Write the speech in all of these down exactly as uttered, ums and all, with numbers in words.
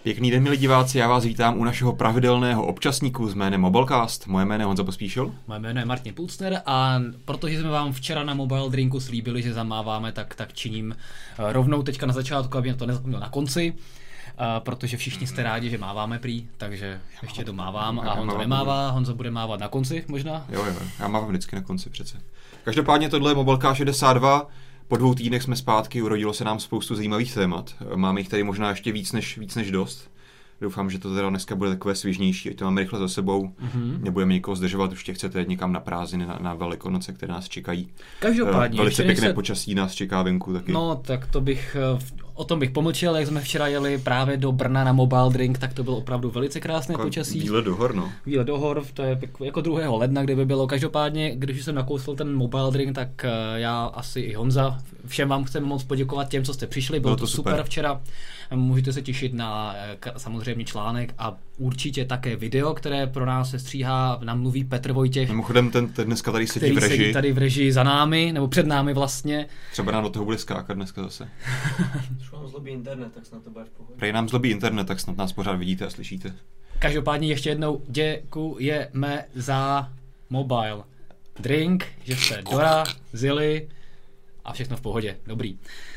Pěkný den, milí diváci, já vás vítám u našeho pravidelného občasníku s jménem Mobilecast. Moje jméno je Honza Pospíšil. Moje jméno je Martin Pulcner a protože jsme vám včera na Mobile Drinku slíbili, že zamáváme, tak, tak činím rovnou teďka na začátku, aby mě to nezapomněl na konci. Uh, protože všichni jste rádi, že máváme prý, takže ještě to mávám a Honza nemává, Honza bude mávat na konci možná. Jo, jo, já mávám vždycky na konci přece. Každopádně tohle je Mobilecast šedesát dva, po dvou týdnech jsme zpátky, urodilo se nám spoustu zajímavých témat. Máme jich tady možná ještě víc než, víc než dost. Doufám, že to teda dneska bude takové svěžnější, ať to máme rychle za sebou. Mm-hmm. Nebudeme nikoho zdržovat, už tě chcete jít někam na prázdniny, na, na Velikonoce, které nás čekají. Každopádně. Velice pěkné se... počasí nás čeká venku taky. No, tak to bych, o tom bych pomlčel, jak jsme včera jeli právě do Brna na Mobile Drink, tak to bylo opravdu velice krásné jako počasí. Výlet do hor, no. Výlet do hor, to je jako druhého ledna, kdyby bylo. Každopádně, když jsem nakousl ten Mobile Drink, tak já asi i Honza, všem vám chceme moc poděkovat těm, co jste přišli, bylo, bylo to super, super včera. Můžete se těšit na samozřejmě článek a určitě také video, které pro nás se stříhá, nám mluví Petr Vojtěch. Mimochodem ten, ten dneska tady sedí v režii. sedí tady v režii za námi, nebo před námi vlastně. Třeba nám do toho bude skákat dneska zase. Už nám zlobí internet, tak snad to bude v pohodě. Prej nám zlobí internet, tak snad nás pořád vidíte a slyšíte. Každopádně ještě jednou děkujeme za Mobile Drink, že jste dorazili a všechno v pohodě, dobrý.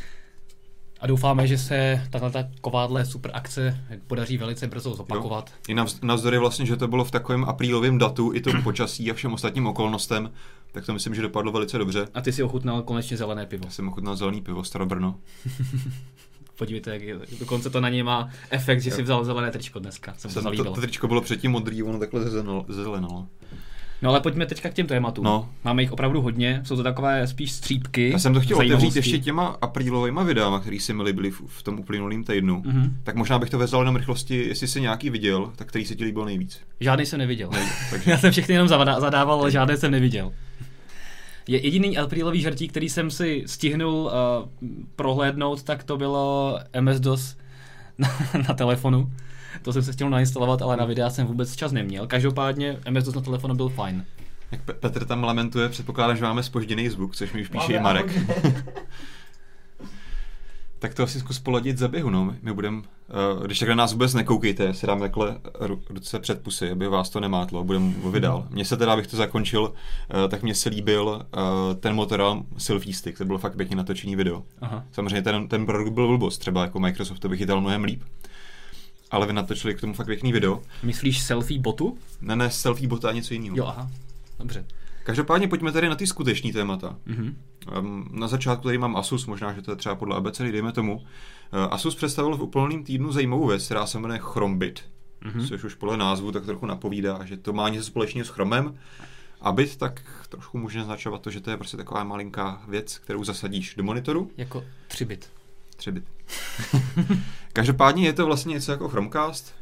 A doufáme, že se tato kovádle super akce podaří velice brzo zopakovat. Jo. I navzdory vlastně, že to bylo v takovém aprílovém datu, i tomu počasí a všem ostatním okolnostem, tak to myslím, že dopadlo velice dobře. A ty si ochutnal konečně zelené pivo. Já jsem ochutnal zelený pivo, Starobrno. Podívejte, jak je, dokonce to na něj má efekt, že jo. Si vzal zelené tričko dneska. Jsem jsem to, to tričko bylo předtím modrý, ono takhle zelenalo. No ale pojďme teďka k těm tématům. No. Máme jich opravdu hodně, jsou to takové spíš střípky. Já jsem to chtěl otevřít ještě těma aprílovými videama, které se mi líbily v, v tom uplynulým týdnu. Mm-hmm. Tak možná bych to vezal jenom rychlosti, jestli jsi nějaký viděl, tak který se ti líbil nejvíc. Žádný jsem neviděl. Ne, takže... Já jsem všechny jenom zadával, ale žádný jsem neviděl. Je jediný aprílový žertík, který jsem si stihnul uh, prohlédnout, tak to bylo em es dos na, na telefonu. To jsem se chtěl nainstalovat, ale na videa jsem vůbec čas neměl. Každopádně em es dos na telefonu byl fajn. Jak Pe- Petr tam lamentuje, předpokládám, že máme zpožděný zvuk, což mi už píše i Marek. Tak to asi zkus poladit za běhu, no. My budeme, uh, když takhle nás vůbec nekoukejte, si dáme takhle ruce před pusy, aby vás to nemátlo, budeme mluvit dál. Mně se teda, abych to zakončil, uh, tak mně se líbil uh, ten Motorola Selfie Stick, to bylo fakt pěkně natočený video. Aha. Samozřejmě ten, ten produkt byl blbost, třeba jako Microsoft to by chytal mnohem líp. Ale vy natočili k tomu fakt pěkný video. Myslíš selfie botu? Ne, ne, selfie bota a něco jiného. Jo, aha, dobře. Každopádně pojďme tady na ty skutečný témata. Mm-hmm. Um, na začátku tady mám Asus, možná, že to je třeba podle abecedy, dejme tomu. Uh, Asus představil v uplynulém týdnu zajímavou věc, která se jmenuje Chromebit, mm-hmm. což už podle názvu tak trochu napovídá, že to má něco společného s Chromem. A bit tak trošku může naznačovat to, že to je prostě taková malinká věc, kterou zasadíš do monitoru. Jako tři bit. tři bit. Každopádně je to vlastně něco jako Chromecast.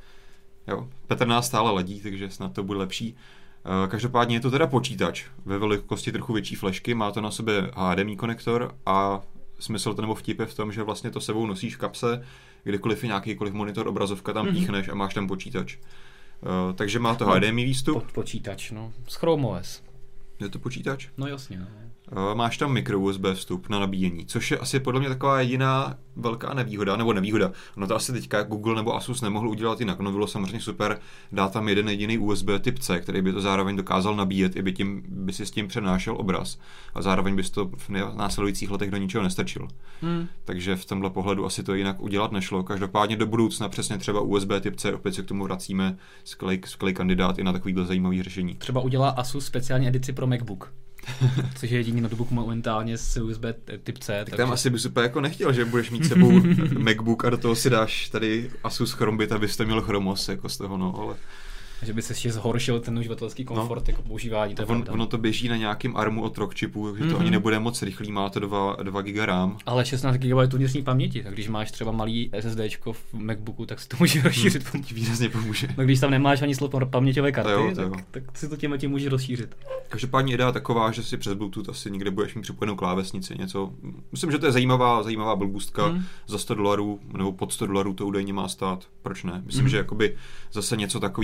Jo, Petr nás stále ladí, takže snad to bude lepší. Každopádně je to teda počítač ve velikosti trochu větší flešky, má to na sobě há dé em í konektor a smysl to nebo vtip je v tom, že vlastně to sebou nosíš v kapse, kdekoliv je nějakýkoliv monitor, obrazovka tam píchneš a máš tam počítač. Takže má to há dé em í výstup. Po, počítač, no. Z Chrome ó es. Je to počítač? No jasně, no. Máš tam micro U S B vstup na nabíjení, což je asi podle mě taková jediná velká nevýhoda, nebo nevýhoda. No to asi teďka Google nebo Asus nemohl udělat jinak. No bylo samozřejmě super dát tam jeden jediný U S B typ C, který by to zároveň dokázal nabíjet, i by, tím, by si s tím přenášel obraz. A zároveň bys to v následujících letech do ničeho nestačil. Hmm. Takže v tomhle pohledu asi to jinak udělat nešlo. Každopádně do budoucna přesně třeba U S B typ C, opět se k tomu vracíme, skvělý kandidát i na takovýhle zajímavý řešení. Třeba udělá Asus speciální edici pro MacBook. Což je jediný notebook momentálně s U S B typ C. Tak takže... tam asi bys úplně jako nechtěl, že budeš mít sebou MacBook a do toho si dáš tady Asus Chromebit, abyste měl Chromos jako z toho, no, ale... Že by se ještě zhoršil ten uživatelský komfort no. Jako používání. To on, ono to běží na nějakým armu od Rockchipu, takže mm-hmm. to ani nebude moc rychlý, má to dva giga RAM. Ale šestnáct gigabajtů vnitřní paměti, tak když máš třeba malý SSDčko v MacBooku, tak si to může rozšířit. Hmm, to ti výrazně pomůže. No když tam nemáš ani slot paměťové karty, to jo, to tak, tak si to tím tím může rozšířit. Každopádně idea taková, že si přes Bluetooth asi někde budeš mít připojenou klávesnici, něco. Myslím, že to je zajímavá, zajímavá blbůstka. Hmm. Za sto dolarů nebo pod sto dolarů to údajně má stát. Proč ne? Myslím, hmm. že jakoby zase něco takového tady chybí.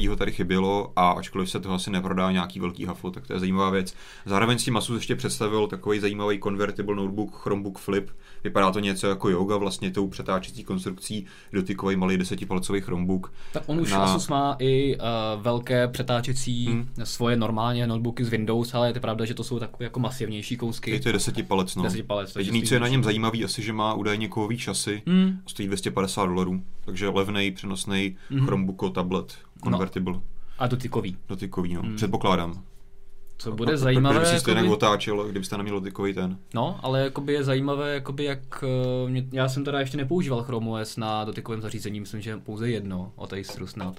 chybělo a ačkoliv se toho asi neprodá nějaký velký hafl, tak to je zajímavá věc. Zároveň s tím Asus ještě představil takový zajímavý convertible notebook Chromebook Flip. Vypadá to něco jako Yoga, vlastně tou přetáčecí konstrukcí, dotykový malý desetipalcový Chromebook. Tak on už na... Asus má i uh, velké přetáčecí hmm. svoje normálně notebooky z Windows, ale je to pravda, že to jsou takové jako masivnější kousky. Je to desetipalec, no. Desetipalec, jediný, co je na něm zajímavý, asi, že má údajně kovový šasy, hmm. stojí dvě stě padesát dolarů, takže levnej, přenosný hmm. Chromebook tablet, convertible. No. A dotykový. Dotykový, no. Hmm. Předpokládám. Co bude a, zajímavé, kdyby si jakoby... jinak otáčel, kdybyste neměl dotykový ten. No, ale jakoby je zajímavé, jakoby jak... Mě, já jsem teda ještě nepoužíval Chrome O S na dotykovém zařízení, myslím, že pouze jedno, od Aceru snad.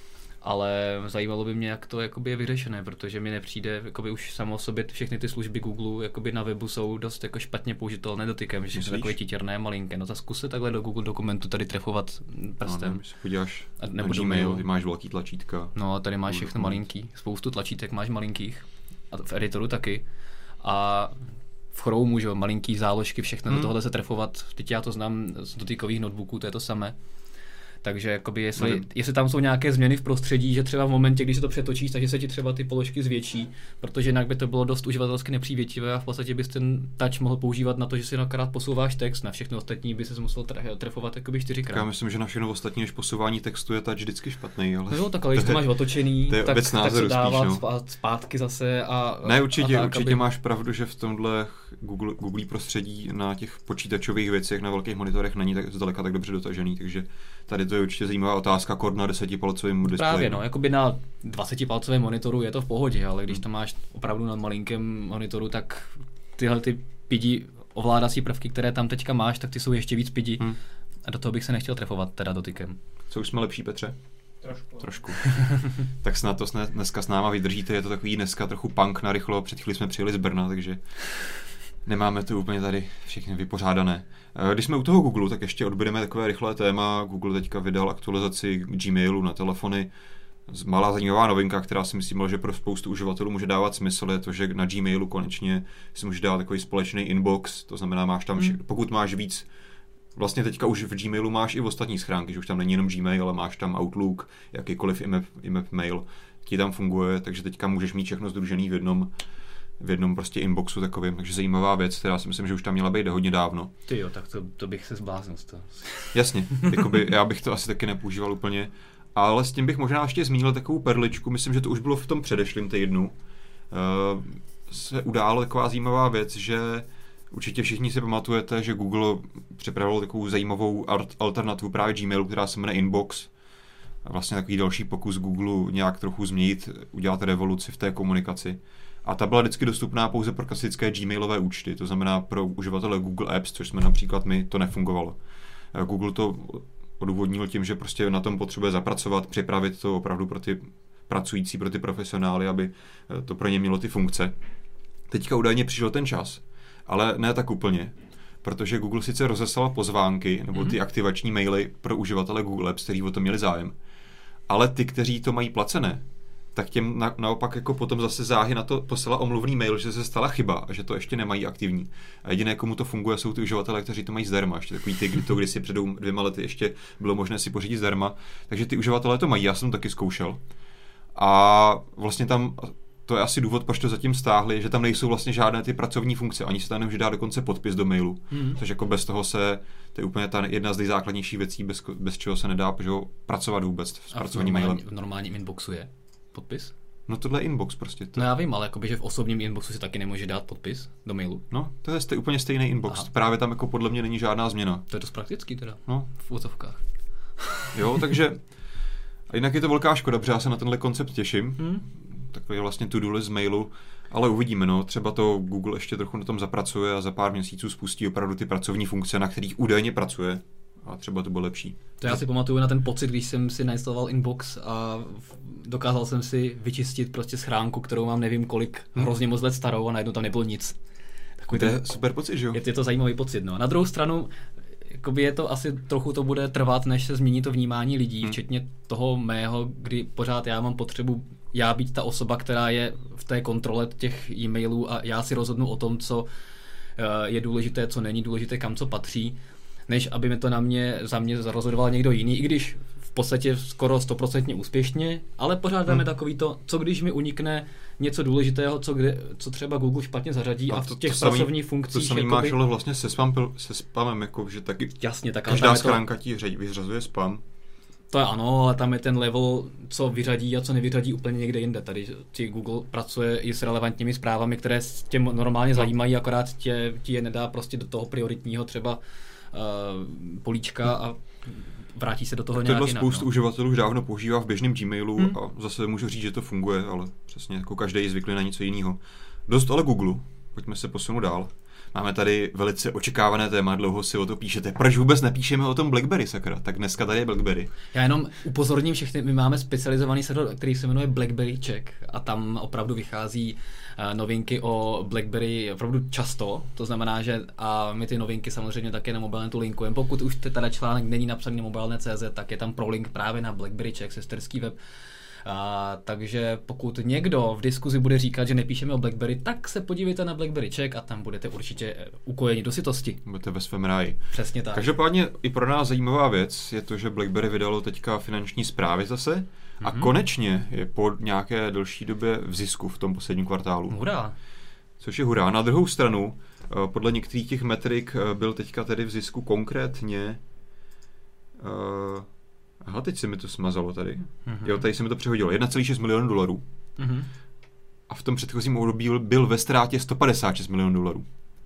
Ale zajímalo by mě, jak to jakoby je vyřešené, protože mi nepřijde, jakoby už samo o sobě všechny ty služby Google jakoby na webu jsou dost jako špatně použitelné dotykem, že jsou takové titěrné, malinké. No tak zkus se takhle do Google dokumentu tady trefovat prstem. No, ne, podíváš a, nebo na Gmail, ty máš velký tlačítka. No a tady máš všechno dokument. Malinký, spoustu tlačítek máš malinkých. A v editoru taky. A v Chromeu, že jo, malinký záložky, všechno hmm. do tohohle se trefovat. Teď já to znám z dotykových notebooků, to je to samé. Takže jakoby jestli, hmm. jestli tam jsou nějaké změny v prostředí, že třeba v momentě, když se to přetočíš, takže se ti třeba ty položky zvětší, protože jinak by to bylo dost uživatelsky nepřívětivé a v podstatě bys ten touch mohl používat na to, že si nakrát posouváš text, na všechno ostatní by se musel trefovat jakoby čtyřikrát. Já myslím, že na všechno ostatní než posouvání textu je touch vždycky špatný, ale... No jo, tak ale když to máš otočený, to je tak, tak se dávat spíš, no. zpátky zase a... Ne, určitě, a tak, určitě aby... máš pravdu, že v tomhle Google, Google prostředí na těch počítačových věcech, na velkých monitorech není tak zdaleka tak dobře dotažený, takže tady to je určitě zajímavá otázka, kor na desetipalcovém displeji. Právě, no, jakoby na dvacetipalcovém monitoru je to v pohodě, ale když to máš opravdu na malinkém monitoru, tak tyhle ty pidi ovládací prvky, které tam teďka máš, tak ty jsou ještě víc pidi hmm. a do toho bych se nechtěl trefovat teda dotykem. Co už jsme lepší, Petře? Trošku. Trošku. Tak snad to dneska s náma vydržíte, je to takový dneska trochu punk narychlo, před chvíli jsme přijeli z Brna, takže nemáme to úplně tady všechny vypořádané. Když jsme u toho Google, tak ještě odbydeme takové rychlé téma. Google teďka vydal aktualizaci Gmailu na telefony. Malá zajímavá novinka, která si myslím, že pro spoustu uživatelů může dávat smysl, je to, že na Gmailu konečně si můžeš dát takový společný inbox, to znamená, máš tam, vše, pokud máš víc, vlastně teďka už v Gmailu máš i v ostatní schránky, že už tam není jenom Gmail, ale máš tam Outlook, jakýkoliv I M A P mail, ti tam funguje, takže teďka můžeš mít všechno sdružený v jednom v jednom prostě inboxu takovým, takže zajímavá věc, která si myslím, že už tam měla být hodně dávno. Ty jo, tak to, to bych se zbláznil z toho. Jasně, jakoby já bych to asi taky nepoužíval úplně, ale s tím bych možná ještě zmínil takovou perličku, myslím, že to už bylo v tom předešlém týdnu, uh, se udála taková zajímavá věc, že určitě všichni si pamatujete, že Google připravil takovou zajímavou alternativu právě Gmailu, která se jmenuje Inbox. A vlastně takový další pokus Google nějak trochu změnit, udělat revoluci v té komunikaci. A ta byla vždycky dostupná pouze pro klasické Gmailové účty, to znamená pro uživatele Google Apps, což jsme například my, to nefungovalo. Google to odůvodnil tím, že prostě na tom potřebuje zapracovat, připravit to opravdu pro ty pracující, pro ty profesionály, aby to pro ně mělo ty funkce. Teďka údajně přišel ten čas, ale ne tak úplně, protože Google sice rozeslal pozvánky nebo ty aktivační maily pro uživatele Google Apps, kteří o to měli zájem, ale ty, kteří to mají placené, tak těm na, naopak jako potom zase záhy na to poslala omluvný mail, že se stala chyba a že to ještě nemají aktivní. A jediné, komu to funguje, jsou ty uživatelé, kteří to mají zdarma. Ještě takový ty, kdy to kdysi před dvěma lety ještě bylo možné si pořídit zdarma. Takže ty uživatelé to mají, já jsem to taky zkoušel. A vlastně tam, to je asi důvod, proč to zatím stáhli, že tam nejsou vlastně žádné ty pracovní funkce. Ani se tam nemůže dát dokonce podpis do mailu. Mm. Což jako bez toho se, to je úplně ta jedna z nejzákladnějších věcí, bez, bez čeho se nedá že, pracovat vůbec s pracovním mailem. V normálním inboxu je podpis? No tohle je inbox prostě. To... No já vím, ale jakoby, že v osobním inboxu si taky nemůže dát podpis do mailu. No, to je stej, úplně stejný inbox. Aha. Právě tam jako podle mě není žádná změna. To je dost praktický teda, no. V úzovkách. Jo, takže a jinak je to velká škoda, protože já se na tenhle koncept těším. Hmm. Takový vlastně to-do list z mailu, ale uvidíme, no. Třeba to Google ještě trochu na tom zapracuje a za pár měsíců spustí opravdu ty pracovní funkce, na kterých údajně pracuje. A třeba to bylo lepší. To já si pamatuju na ten pocit, když jsem si nainstaloval Inbox a dokázal jsem si vyčistit prostě schránku, kterou mám nevím kolik, hmm. hrozně moc let starou a najednou tam nebylo nic. Takový to je ten, super pocit, že jo? Je, je to zajímavý pocit, no. Na druhou stranu, jakoby je to asi trochu to bude trvat, než se změní to vnímání lidí, hmm. včetně toho mého, kdy pořád já mám potřebu já být ta osoba, která je v té kontrole těch e-mailů a já si rozhodnu o tom, co je důležité, co není důležité, kam co patří, než aby mi to na mě, za mě rozhodoval někdo jiný, i když v podstatě skoro stoprocentně úspěšně, ale pořád máme hmm. takový to, co když mi unikne něco důležitého, co, kde, co třeba Google špatně zařadí, a, a v těch to pracovních funkcích... To samý máš ale vlastně se, spam, se spamem, jako, že taky jasně, tak každá schránka to... ti vyřazuje spam. To je ano, ale tam je ten level, co vyřadí a co nevyřadí úplně někde jinde. Tady ti Google pracuje i s relevantními zprávami, které tě normálně zajímají, akorát tě, ti je nedá prostě do toho prioritního třeba uh, políčka a vrátí se do toho nějak jinak. Spoustu no. uživatelů už dávno používá v běžném Gmailu hmm. a zase můžu říct, že to funguje, ale přesně jako každý je zvyklý na něco jiného. Dost ale Google. Pojďme se posunout dál. Máme tady velice očekávané téma, dlouho si o to píšete. Proč vůbec nepíšeme o tom BlackBerry, sakra? Tak dneska tady je BlackBerry. Já jenom upozorním všechny, my máme specializovaný server, který se jmenuje BlackBerry Check a tam opravdu vychází uh, novinky o BlackBerry opravdu často. To znamená, že a my ty novinky samozřejmě také na mobilnetu linkujeme. Pokud už teda článek není napsaný na mobilnet tečka cé zet, tak je tam prolink právě na BlackBerry Check, sesterský web. A, takže pokud někdo v diskuzi bude říkat, že nepíšeme o BlackBerry, tak se podívejte na BlackBerry Check a tam budete určitě ukojeni do sytosti. Budete ve svém ráji. Přesně tak. Každopádně i pro nás zajímavá věc je to, že BlackBerry vydalo teďka finanční zprávy zase mm-hmm. a konečně je po nějaké delší době v zisku v tom posledním kvartálu. Hurá. Což je hurá. Na druhou stranu, podle některých těch metrik byl teďka tedy v zisku konkrétně... Uh, Aha, teď se mi to smazalo tady. Mm-hmm. Jo, tady se mi to přehodilo. jedna celá šest milionu dolarů. Mm-hmm. A v tom předchozím období byl, byl ve ztrátě sto padesát šest milionů dolarů.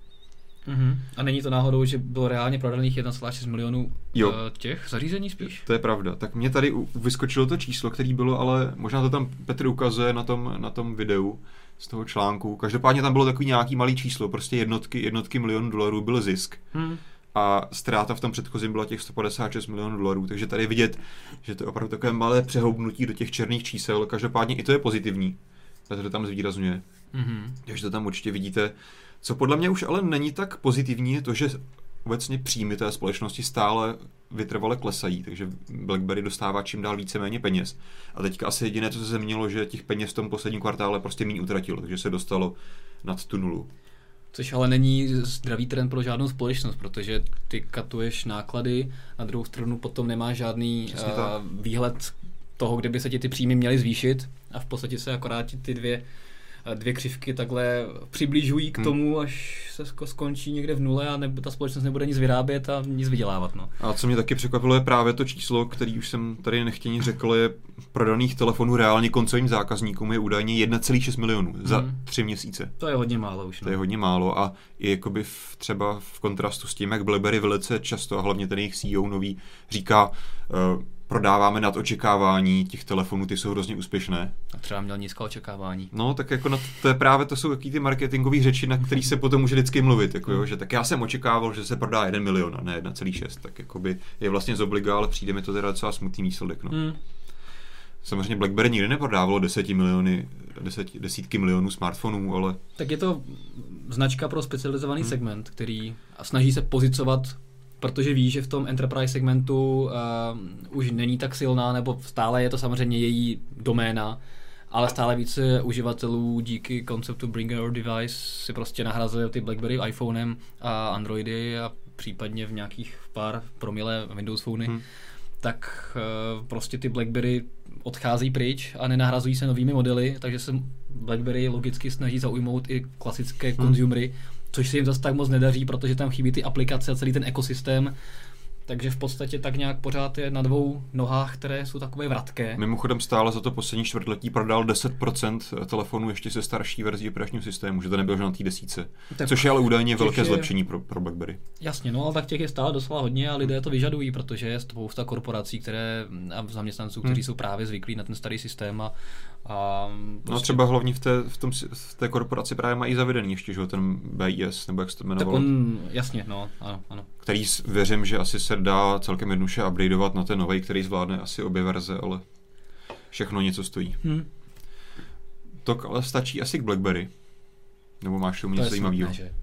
Mm-hmm. A není to náhodou, že bylo reálně prodaných jedna celá šest milionů jo. těch zařízení spíš? To je pravda. Tak mě tady vyskočilo to číslo, který bylo, ale možná to tam Petr ukazuje na tom, na tom videu z toho článku. Každopádně tam bylo takový nějaký malý číslo, prostě jednotky, jednotky milionů dolarů byl zisk. Mm. A ztráta v tom předchozím byla těch sto padesát šest milionů dolarů, takže tady vidět, že to je opravdu takové malé přehoupnutí do těch černých čísel, každopádně i to je pozitivní, protože to tam zvýrazňuje. Mm-hmm. Takže to tam určitě vidíte. Co podle mě už ale není tak pozitivní, je to, že obecně příjmy té společnosti stále vytrvale klesají, takže BlackBerry dostává čím dál více méně peněz. A teďka asi jediné, co se změnilo, že těch peněz v tom posledním kvartále prostě méně utratilo, takže se dostalo nad tu nulu. Což ale není zdravý trend pro žádnou společnost, protože ty katuješ náklady, na druhou stranu potom nemáš žádný uh, výhled toho, kde by se ti ty příjmy měly zvýšit a v podstatě se akorát ty dvě, dvě křivky takhle přibližují k tomu, hmm. až se skončí někde v nule a ne, ta společnost nebude nic vyrábět a nic vydělávat. No. A co mě taky překvapilo je právě to číslo, který už jsem tady nechtěně řekl, je prodaných telefonů reálně koncovým zákazníkům je údajně jedna celá šest milionů hmm. za tři měsíce. To je hodně málo už. No. To je hodně málo a i jakoby v, třeba v kontrastu s tím, jak BlackBerry velice často a hlavně ten jejich C E O nový říká, uh, prodáváme nad očekávání těch telefonů, ty jsou hrozně úspěšné. A třeba měl nízká očekávání. No, tak jako na to, to je právě, to jsou takový ty marketingové řeči, na který se potom může vždycky mluvit, jako jo, že tak já jsem očekával, že se prodá jeden milion a ne jedna celá šest, tak jakoby je vlastně z obliga, ale přijde mi to teda docela smutný výsledek, no. Mm. Samozřejmě BlackBerry nikdy neprodávalo deseti miliony, deset, desítky milionů smartfonů, ale... Tak je to značka pro specializovaný hmm. segment, který snaží se pozicovat, protože ví, že v tom enterprise segmentu uh, už není tak silná, nebo stále je to samozřejmě její doména, ale stále více uživatelů díky konceptu Bring Your Device si prostě nahrazuje ty BlackBerry iPhonem a Androidy a případně v nějakých pár promile Windows Phony. Hmm. Tak uh, prostě ty BlackBerry odchází pryč a nenahrazují se novými modely, takže se BlackBerry logicky snaží zaujmout i klasické hmm. consumery, což se jim zase tak moc nedaří, protože tam chybí ty aplikace a celý ten ekosystém. Takže v podstatě tak nějak pořád je na dvou nohách, které jsou takové vratké. Mimochodem stále za to poslední čtvrtletí prodal deset procent telefonů ještě se starší verzí operačního systému, že to nebylo na té desíce. Tak což je ale údajně velké je... zlepšení pro, pro BlackBerry. Jasně, no ale tak těch je stále docela hodně a lidé to vyžadují, protože je spousta korporací, které a zaměstnanců, kteří hmm. jsou právě zvyklí na ten starý systém a, a prostě... No třeba hlavně v té, v, tom, v té korporaci právě mají zavedený ještě, že ten B I S, nebo jak se to jmenovalo. Tak on, jasně, no, ano, ano. Který věřím, že asi se dá celkem jednoduše upgradeovat na ten novej, který zvládne asi obě verze, ale všechno něco stojí. Hmm. To ale stačí asi k BlackBerry. Nebo máš tomu něco zajímavého?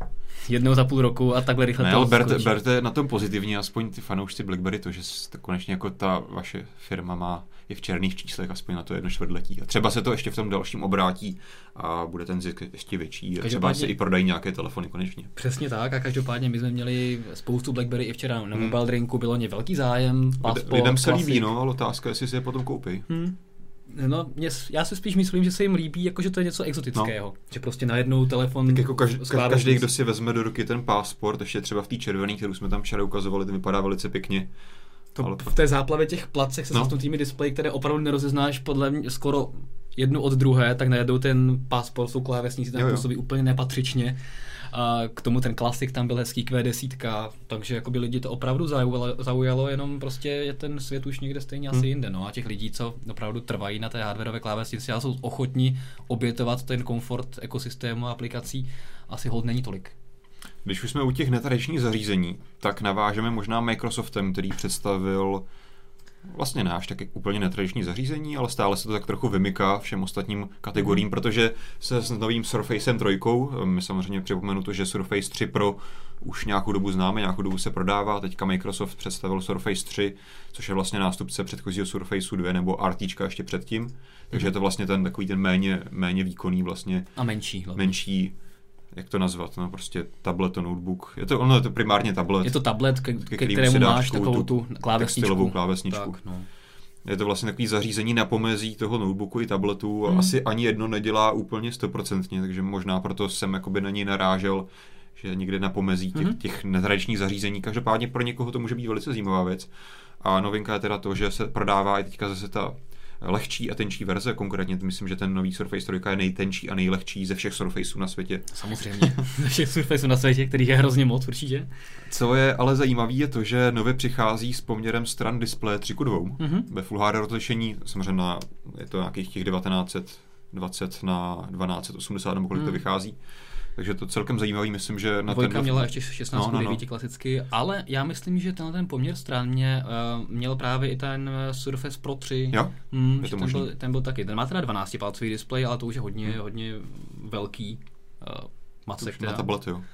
jednou za půl roku a takhle rychle ne, to ale berte, skončí. berte na tom pozitivně, aspoň ty fanoušci BlackBerry, to, že to konečně jako ta vaše firma má je v černých číslech, aspoň na to jedno čtvrtletí. A třeba se to ještě v tom dalším obrátí a bude ten zisk ještě větší. A třeba se i prodají nějaké telefony konečně. Přesně tak a každopádně my jsme měli spoustu BlackBerry i včera na hmm. Mobile Drinku, bylo mě velký zájem. Passport, lidem se líbí, klasik. no, ale otázka, jestli si je potom koupí. Hmm. No, mě, já si spíš myslím, že se jim líbí, jako že to je něco exotického. No. Že prostě najednou telefon... Tak jako každý, každý, kdo si vezme do ruky ten Passport, ještě třeba v té červený, kterou jsme tam včera ukazovali, to vypadá velice pěkně. To ale v té záplavě těch placech se no. zasnutými displeji, které opravdu nerozeznáš podle mě skoro jednu od druhé, tak najednou ten Passport jsou klávesníci tam působí úplně nepatřičně. A k tomu ten klasik tam byl hezký Q deset, takže jakoby lidi to opravdu zaujalo, zaujalo, jenom prostě je ten svět už někde stejně asi hmm. jinde. No a těch lidí, co opravdu trvají na té hardwareové klávesnici a jsou ochotní obětovat ten komfort ekosystému a aplikací, asi hold není tolik. Když už jsme u těch netradičních zařízení, tak navážeme možná Microsoftem, který představil vlastně náš taky úplně netradiční zařízení, ale stále se to tak trochu vymyká všem ostatním kategoriím, protože se s novým Surfacem tři, my samozřejmě připomenu to, že Surface tři Pro už nějakou dobu známe, nějakou dobu se prodává, teďka Microsoft představil Surface tři, což je vlastně nástupce předchozího Surfaceu dva nebo RTčka ještě předtím, takže je to vlastně ten takový ten méně, méně výkonný vlastně a menší, menší jak to nazvat, no prostě tablet, notebook. Je to, ono je to primárně tablet. Je to tablet, ke, ke kterému máš takovou tu klávesničku. klávesničku. Tak, no. Je to vlastně takový zařízení na pomezí toho notebooku i tabletu a hmm. asi ani jedno nedělá úplně stoprocentně, takže možná proto jsem jakoby na něj narážel, že někde na pomezí těch, hmm. těch netradičních zařízení. Každopádně pro někoho to může být velice zajímavá věc. A novinka je teda to, že se prodává i teďka zase ta lehčí a tenčí verze, konkrétně myslím, že ten nový Surface tři je nejtenčí a nejlehčí ze všech Surfaceů na světě. Samozřejmě, ze všech Surfaceů na světě, kterých je hrozně moc určitě. Co je ale zajímavé je to, že nově přichází s poměrem stran displeje tři ku dvěma mm-hmm. ve Full H D rozlišení, samozřejmě na, je to nějakých těch devatenáct dvacet na dvanáct osmdesát nebo kolik mm. to vychází. Takže to celkem zajímavý, myslím, že na Dvojka ten... měla ještě šestnáct ku devět no, no. klasicky, ale já myslím, že tenhle ten poměr stran mě uh, měl právě i ten Surface Pro tři. Jo, mm, je to ten, byl, ten byl taky. Ten má teda dvanáctipalcový displej, ale to už je hodně, hmm. hodně velký uh, macek. Na tablet, jo.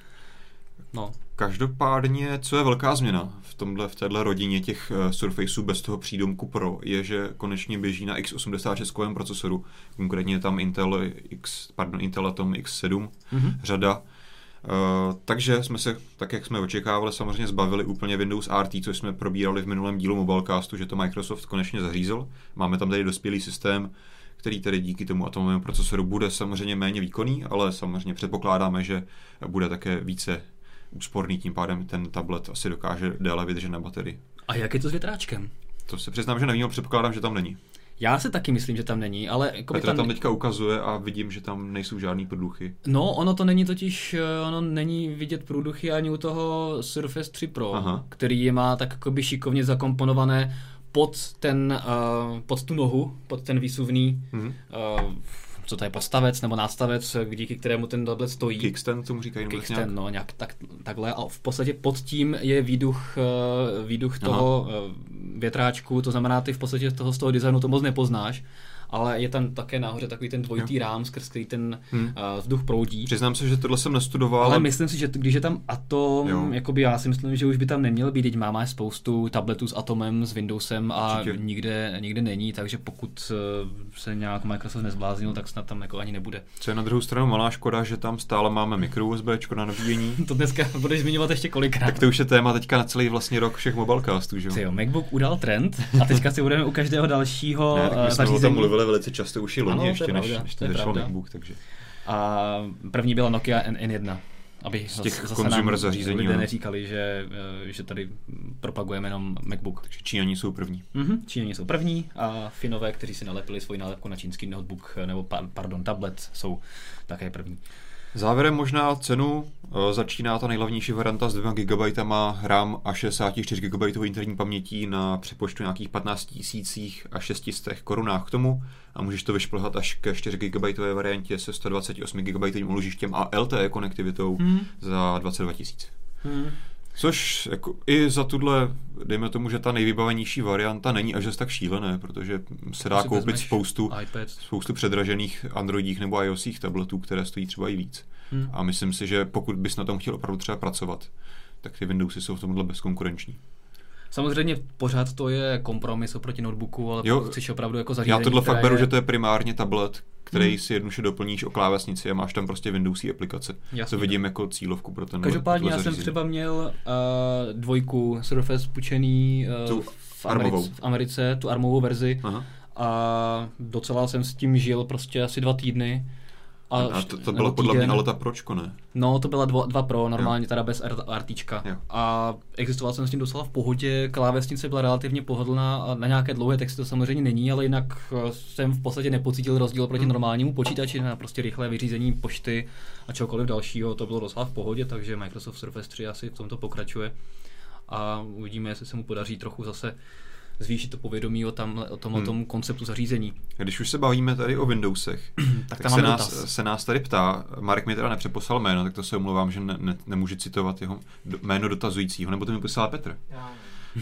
No. Každopádně, co je velká změna v tomhle, v téhle rodině těch uh, Surfaceů bez toho přídomku Pro, je, že konečně běží na x osmdesát šest procesoru. Konkrétně je tam Intel X, pardon, Intel Atom X sedm mm-hmm. řada. Uh, takže jsme se, tak jak jsme očekávali, samozřejmě zbavili úplně Windows R T, což jsme probírali v minulém dílu Mobilecastu, že to Microsoft konečně zařízl. Máme tam tady dospělý systém, který tedy díky tomu atomovému procesoru bude samozřejmě méně výkonný, ale samozřejmě předpokládáme, že bude také více úsporný, tím pádem ten tablet asi dokáže déle vydržet na baterii. A jak je to s větráčkem? To se přiznám, že nevím, ale předpokládám, že tam není. Já se taky myslím, že tam není, ale... Petr tam, tam teďka ukazuje a vidím, že tam nejsou žádný průduchy. No, ono to není totiž, ono není vidět průduchy ani u toho Surface tři Pro, Aha. který je má tak jakoby šikovně zakomponované pod ten, uh, pod tu nohu, pod ten výsuvný, mm-hmm. uh, co to je, podstavec nebo nástavec, díky kterému ten tablet stojí. Kickstand, tomu říkají. Kickstand, nějak. no, nějak tak, takhle. A v podstatě pod tím je výduch, uh, výduch toho uh, větráčku, to znamená, ty v podstatě toho z toho designu to moc nepoznáš, ale je tam také nahoře takový ten dvojitý jo. rám, skrz který ten hmm. uh, vzduch proudí. Přiznám se, že tohle jsem nestudoval. Ale myslím si, že t- když je tam Atom, jo. jakoby já si myslím, že už by tam neměl být, teď máme spoustu tabletů s Atomem, s Windowsem a nikde, nikde není, takže pokud uh, se nějak Microsoft nezbláznil, tak snad tam jako ani nebude. Co je na druhou stranu malá škoda, že tam stále máme micro USBčko na nabíjení. To dneska budeš zmiňovat ještě kolikrát. Tak to už je téma teďka na celý vlastně rok všech mobilecastů, že jo? MacBook udal trend a teďka si budeme u každého dalšího ne, tak my jsme zařízení. velice často už i loni ještě, než, než ten začal MacBook, takže. A první byla Nokia N jedna, aby z těch consumer zařízení lidé neříkali, že, že tady propagujeme jenom MacBook. Takže Číňani jsou první. Mm-hmm, Číňani jsou první a Finové, kteří si nalepili svoji nálepku na čínský notebook, nebo pardon, tablet, jsou také první. Závěrem možná cenu. Začíná ta nejlevnější varianta s dvěma gigabajtama RAM a šedesát čtyři gigabajtů interní pamětí na přepočtu nějakých patnáct tisíc a šest set korunách k tomu a můžeš to vyšplhat až ke čtyři gigabajtové variantě se sto dvacet osm gigabajtovým úložištěm a L T E konektivitou hmm. za dvacet dva tisíce. Hmm. Což jako i za tuhle, dejme tomu, že ta nejvybavenější varianta není až tak šílené, protože se dá koupit spoustu, spoustu předražených Androidích nebo iOSích tabletů, které stojí třeba i víc. Hmm. A myslím si, že pokud bys na tom chtěl opravdu třeba pracovat, tak ty Windowsy jsou v tomhle bezkonkurenční. Samozřejmě pořád to je kompromis oproti notebooku, ale pokud chceš opravdu jako zařízení. Já tohle fakt beru, je... že to je primárně tablet, který hmm. si jednoduše doplníš o klávesnici a máš tam prostě Windowsí aplikace. Jasně, to vidím jako cílovku pro ten. Každopádně já jsem třeba měl uh, dvojku Surface půjčený uh, v, Americ- v Americe, tu armovou verzi. Aha. A docela jsem s tím žil prostě asi dva týdny. A, a to, to bylo podle mě ale ta Pročko, ne? No, to byla dvo, dva Pro, normálně jo. teda bez RTčka. Jo. A existoval jsem s tím docela v pohodě, klávesnice byla relativně pohodlná a na nějaké dlouhé texty to samozřejmě není, ale jinak jsem v podstatě nepocítil rozdíl proti hmm. normálnímu počítači na prostě rychlé vyřízení pošty a čokoliv dalšího, to bylo docela v pohodě, takže Microsoft Surface tři asi v tomto pokračuje a uvidíme, jestli se mu podaří trochu zase zvýšit to povědomí o, tam, o tom, hmm. o tom konceptu zařízení. Když už se bavíme tady o Windowsech, tak, tak se, nás, se nás tady ptá, Marek mi teda nepřeposlal jméno, tak to se omlouvám, že ne, ne, nemůžu citovat jeho jméno dotazujícího, nebo to mi poslal Petr. Já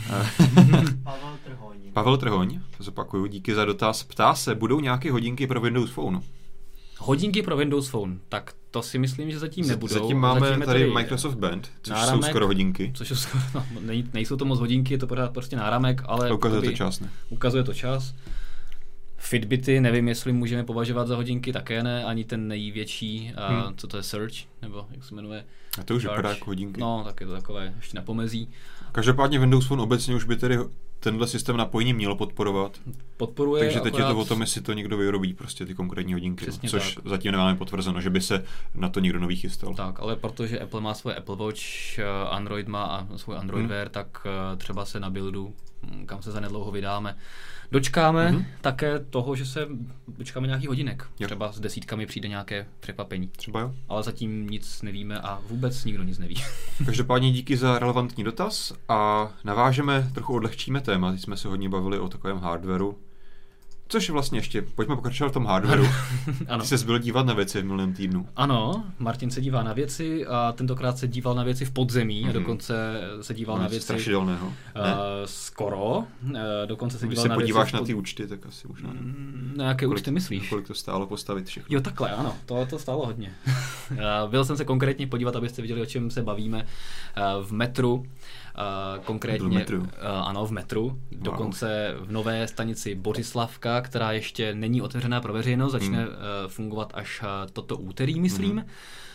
Pavel Trhoň. Pavel Trhoň, to zopakuju, díky za dotaz. Ptá se, budou nějaké hodinky pro Windows Phone? Hodinky pro Windows Phone, tak to si myslím, že zatím nebudou. Zatím máme zatím tady, tady Microsoft Band, což náramek, jsou skoro hodinky. Což jsou skoro, no, nej, nejsou to moc hodinky, je to pořád prostě náramek, ale... Ukazuje to čas, ne? Ukazuje to čas. Fitbity, nevím, jestli můžeme považovat za hodinky, také ne, ani ten největší, hmm. a, co to je Surge, nebo jak se jmenuje? A to už vypadá jako hodinky. No, tak je to takové ještě na pomezí. Každopádně Windows Phone obecně už by tedy tenhle systém napojení mělo podporovat. Podporuje. Takže teď akorát... je to o tom, jestli to někdo vyrobí, prostě ty konkrétní hodinky. Přesně což tak. Zatím nemáme potvrzeno, že by se na to někdo nový chystal. Tak, ale protože Apple má svoje Apple Watch, Android má a svůj Android hmm. Wear, tak třeba se na buildu, kam se zanedlouho vydáme, dočkáme mm-hmm. také toho, že se dočkáme nějakých hodinek. Jo. Třeba s desítkami přijde nějaké překvapení. Třeba jo. Ale zatím nic nevíme a vůbec nikdo nic neví. Každopádně díky za relevantní dotaz a navážeme, trochu odlehčíme téma. Teď jsme se hodně bavili o takovém hardwareu. Což vlastně ještě, pojďme pokračovat v tom hardwareu. Ano. Ty ses byl dívat na věci v minulém týdnu. Ano, Martin se dívá na věci a tentokrát se díval na věci v podzemí mm-hmm. a dokonce se díval no, na věci... strašidelného. Uh, skoro. Uh, dokonce se díval se na podíváš věci... na ty účty, tak asi možná... Na jaké kolik, účty myslíš? Kolik to stálo postavit všechno. Jo, takhle, ano. To, to stálo hodně. uh, byl jsem se konkrétně podívat, abyste viděli, o čem se bavíme. Uh, v metru. Uh, konkrétně... V metru. Uh, ano, v metru. Wow. Dokonce v nové stanici Bořislavka, která ještě není otevřená pro veřejnost, začne hmm. uh, fungovat až uh, toto úterý, myslím. Hmm. Uh,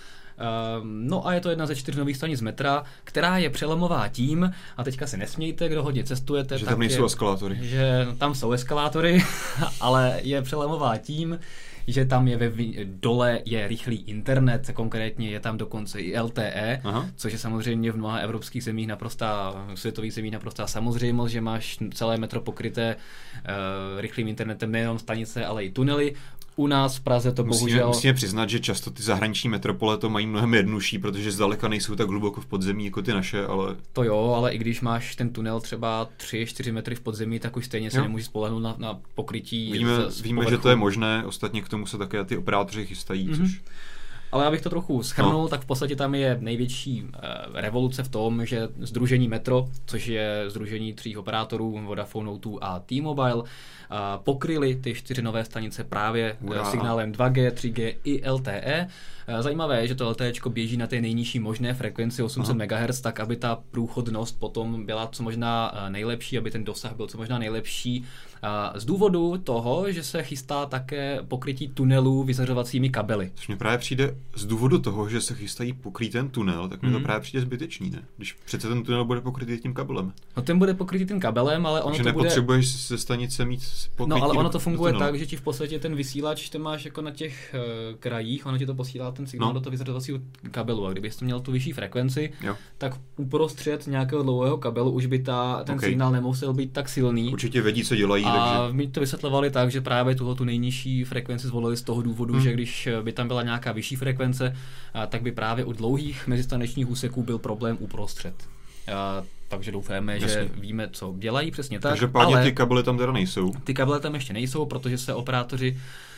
no a je to jedna ze čtyř nových stanic metra, která je přelomová tím, a teďka se nesmějte, kdo hodně cestujete. Že tam nejsou eskalátory. Že tam jsou eskalátory, ale je přelomová tím, že tam je ve dole je rychlý internet, konkrétně je tam dokonce i L T E, aha. což je samozřejmě v mnoha evropských zemích naprostá, světových zemích naprostá samozřejmost, že máš celé metro pokryté uh, rychlým internetem, nejenom stanice, ale i tunely. U nás v Praze to musíme, bohužel... Musíme přiznat, že často ty zahraniční metropole to mají mnohem jednodušší, protože zdaleka nejsou tak hluboko v podzemí jako ty naše, ale... To jo, ale i když máš ten tunel třeba tři čtyři metry v podzemí, tak už stejně se jo. nemůžeš spolehnout na, na pokrytí. Víme, z, z víme že to je možné, ostatně k tomu se také ty operátoři chystají, mm-hmm. což... Ale abych to trochu shrnul, no. tak v podstatě tam je největší uh, revoluce v tom, že sdružení Metro, což je sdružení tří operátorů Vodafone, O dva a T-Mobile, uh, pokryli ty čtyři nové stanice právě uh, signálem dva G, tři G i L T E. Uh, zajímavé je, že to LTEčko běží na té nejnižší možné frekvenci osm set megahertzů, tak aby ta průchodnost potom byla co možná uh, nejlepší, aby ten dosah byl co možná nejlepší. Uh, z důvodu toho, že se chystá také pokrytí tunelů vyzařovacími kabely. Což mě právě přijde z důvodu toho, že se chystají pokrýt ten tunel, tak mi mm. to právě přijde zbytečný, ne? Když přece ten tunel bude pokrytý tím kabelem. No ten bude pokrytý tím kabelem, ale ono že to bude... nepotřebuješ ze stanice mít pokrytí. No ale ono to funguje tak, že ti v podstatě ten vysílač ten máš jako na těch uh, krajích, ono ti to posílá ten signál no. do toho vyzařovacího kabelu a kdybys to měl tu vyšší frekvenci, jo. tak uprostřed nějakého dlouhého kabelu už by ta, ten okay. signál nemusel být tak silný. Určitě vědí, co dělají. A takže... my to vysvětlovali tak, že právě tuhle tu nejnižší frekvenci zvolili z toho důvodu, hmm. že když by tam byla nějaká vyšší frekvence, a, tak by právě u dlouhých mezistaničních úseků byl problém uprostřed. A, takže doufáme, Jasně. že víme, co dělají přesně tak. Takže pádně ty kabely tam teda nejsou. Ty kabely tam ještě nejsou, protože se operátoři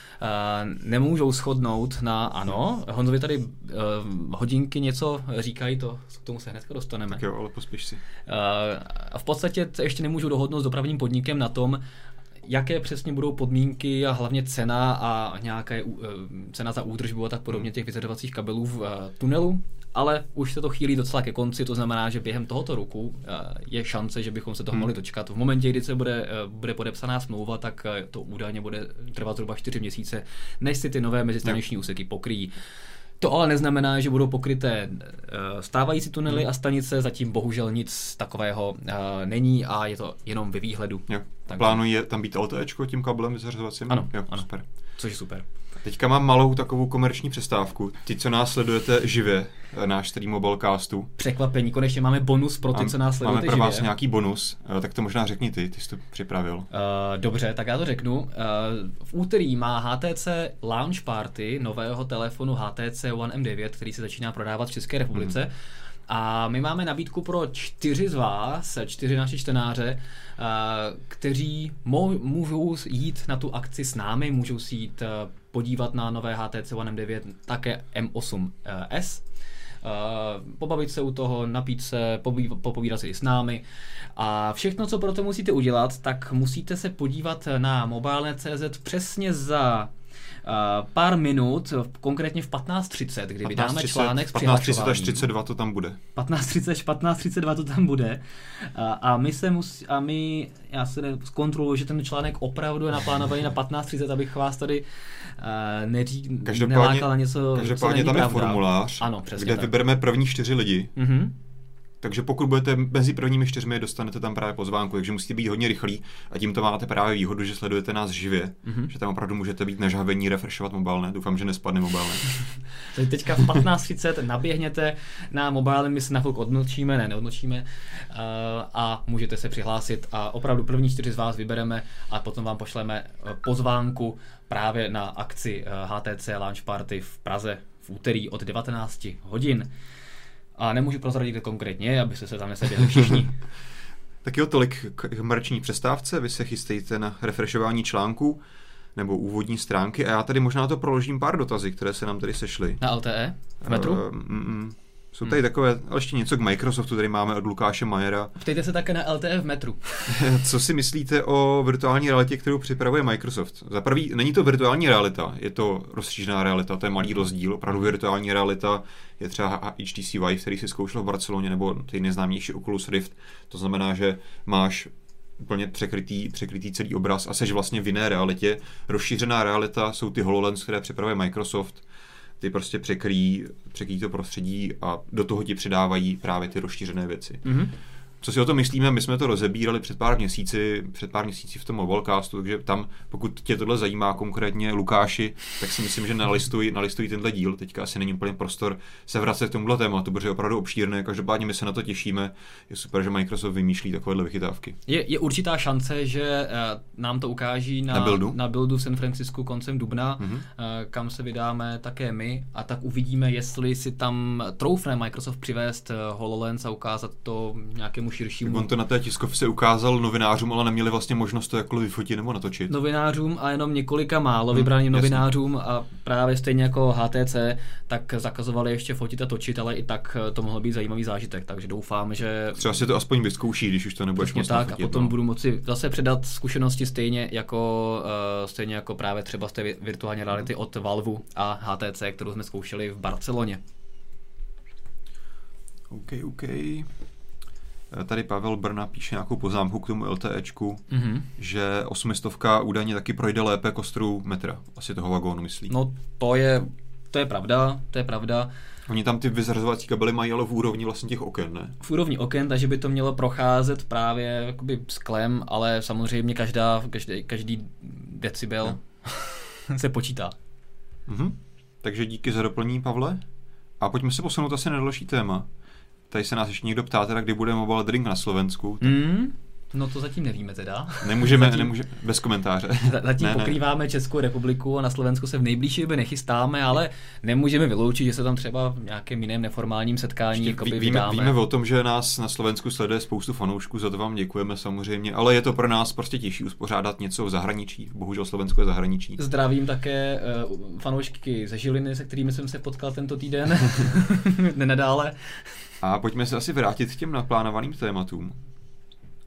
Uh, nemůžou shodnout na ano. Honzovi tady uh, hodinky něco říkají, to k tomu se hnedka dostaneme. Tak jo, ale pospíš si. Uh, v podstatě ještě nemůžou dohodnout s dopravním podnikem na tom, jaké přesně budou podmínky a hlavně cena a nějaké cena za údržbu a tak podobně těch vyzařovacích kabelů v tunelu, ale už se to chýlí docela ke konci, to znamená, že během tohoto roku je šance, že bychom se toho mohli dočkat. V momentě, kdy se bude, bude podepsaná smlouva, tak to údajně bude trvat zhruba čtyři měsíce, než si ty nové mezistaniční úseky pokryjí. To ale neznamená, že budou pokryté stávající tunely hmm. a stanice, zatím bohužel nic takového uh, není a je to jenom ve výhledu. Takže... Plánuje tam být LTEčko tím kablem vyzařovacím? Ano, jo, ano. Super. Což je super. Teďka mám malou takovou komerční přestávku. Ty, co nás sledujete živě, náš stream Mobilecastu. Překvapení, konečně máme bonus pro ty, co nás sledujete živě. Máme pro vás živě. Nějaký bonus, tak to možná řekni ty, ty jsi to připravil. Uh, dobře, tak já to řeknu. Uh, v úterý má H T C launch party nového telefonu H T C One M devět, který se začíná prodávat v České republice. Hmm. A my máme nabídku pro čtyři z vás, čtyři naši čtenáře, kteří můžou jít na tu akci s námi, můžou si jít podívat na nové H T C One M devět, také M osm S, pobavit se u toho, napít se, popovídat si i s námi. A všechno, co pro to musíte udělat, tak musíte se podívat na mobile tečka cé zet přesně za Uh, pár minut, konkrétně v patnáct třicet, kdy vydáme článek s patnáct třicet až třicet dva to tam bude. patnáct třicet až patnáct třicet dva to tam bude. Uh, a my se musí, a my, já se zkontroluji, že ten článek opravdu je naplánovaný na patnáct třicet, abych vás tady uh, neří, nelákal na něco, každopádně tam je formulář, ano, přesně kde tak. vybereme první čtyři lidi. Mm-hmm. Takže pokud budete mezi prvními čtyřmi, dostanete tam právě pozvánku, takže musíte být hodně rychlí a tím to máte právě výhodu, že sledujete nás živě, mm-hmm. že tam opravdu můžete být nažhavení, refreshovat mobilné. Doufám, že nespadne mobilné. Takže teďka v patnáct třicet naběhněte na mobilné, my se na chvilku odmlčíme, ne, neodmlčíme uh, a můžete se přihlásit a opravdu první čtyři z vás vybereme a potom vám pošleme pozvánku právě na akci H T C Launch Party v Praze v úterý od devatenáct hodin. A nemůžu prozradit, kde konkrétně, abyste se tam neseděli všichni. Tak jo, tolik k komerční přestávce. Vy se chystejte na refreshování článku nebo úvodní stránky a já tady možná to proložím pár dotazy, které se nám tady sešly. Na L T E? V metru? Uh, mm, jsou tady hmm. takové, ale ještě něco k Microsoftu, tady máme od Lukáše Majera. Ptejte se také na L T E v metru. Co si myslíte o virtuální realitě, kterou připravuje Microsoft? Za prvý, není to virtuální realita, je to rozšířená realita, to je malý rozdíl. Opravdu virtuální realita je třeba H T C Vive, který si zkoušel v Barceloně, nebo ty nejznámější Oculus Rift. To znamená, že máš úplně překrytý, překrytý celý obraz a seš vlastně v jiné realitě. Rozšířená realita jsou ty HoloLens, které připravuje Microsoft. Ty prostě překryjí, překryjí to prostředí a do toho ti přidávají právě ty rozšířené věci. Mm-hmm. Co si o to myslíme, my jsme to rozebírali před pár měsíci, před pár měsíci v tom Mobilecastu, takže tam, pokud tě tohle zajímá konkrétně Lukáši, tak si myslím, že nalistuj, nalistuj tenhle díl. Teďka asi není úplně prostor se vracet k tomuhle tématu, protože je opravdu obšírné, každopádně my se na to těšíme. Je super, že Microsoft vymýšlí takovéhle vychytávky. Je, je určitá šance, že uh, nám to ukáží na, na, buildu? na buildu v San Francisku koncem dubna, mm-hmm. uh, kam se vydáme také my a tak uvidíme, jestli si tam troufne Microsoft přivést uh, HoloLens a ukázat to nějakému širšímu. On to na té tiskovce ukázal novinářům, ale neměli vlastně možnost to jakkoliv vyfotit nebo natočit. Novinářům a jenom několika málo vybraným hmm, novinářům a právě stejně jako H T C, tak zakazovali ještě fotit a točit, ale i tak to mohlo být zajímavý zážitek, takže doufám, že... Třeba si to aspoň vyzkouší, když už to nebudeš moc tak fotit, a potom no. budu moci zase předat zkušenosti stejně jako, uh, stejně jako právě třeba z té virtuální reality od Valve a H T C, kterou jsme zkoušeli v Barceloně. OK, OK. Tady Pavel Brna píše nějakou poznámku k tomu LTEčku, mm-hmm. že osmistovka údajně taky projde lépe kostru metra. Asi toho vagónu myslí. No to je, to je pravda, to je pravda. Oni tam ty vyzařovací kabely mají ale v úrovni vlastně těch oken, ne? V úrovni oken, takže by to mělo procházet právě jakoby sklem, ale samozřejmě každá, každý, každý decibel no. se počítá. Mm-hmm. Takže díky za doplnění, Pavle. A pojďme se posunout asi na další téma. Tady se nás ještě někdo ptá, teda, kdy bude Mobile Drink na Slovensku. Tak... Mm, no to zatím nevíme teda. Nemůžeme, zatím, nemůžeme, bez komentáře. Zatím ne, pokrýváme ne. Českou republiku a na Slovensku se v nejbližší době nechystáme, ale nemůžeme vyloučit, že se tam třeba v nějakém jiném neformálním setkání jakoby víme, vydáme. Víme o tom, že nás na Slovensku sleduje spoustu fanoušků, za to vám děkujeme samozřejmě, ale je to pro nás prostě těžší uspořádat něco v zahraničí. Bohužel Slovensko je zahraničí. Zdravím také uh, fanoušky ze Žiliny, se kterými jsem se potkal tento týden. Nenadále. A pojďme se asi vrátit k těm naplánovaným tématům.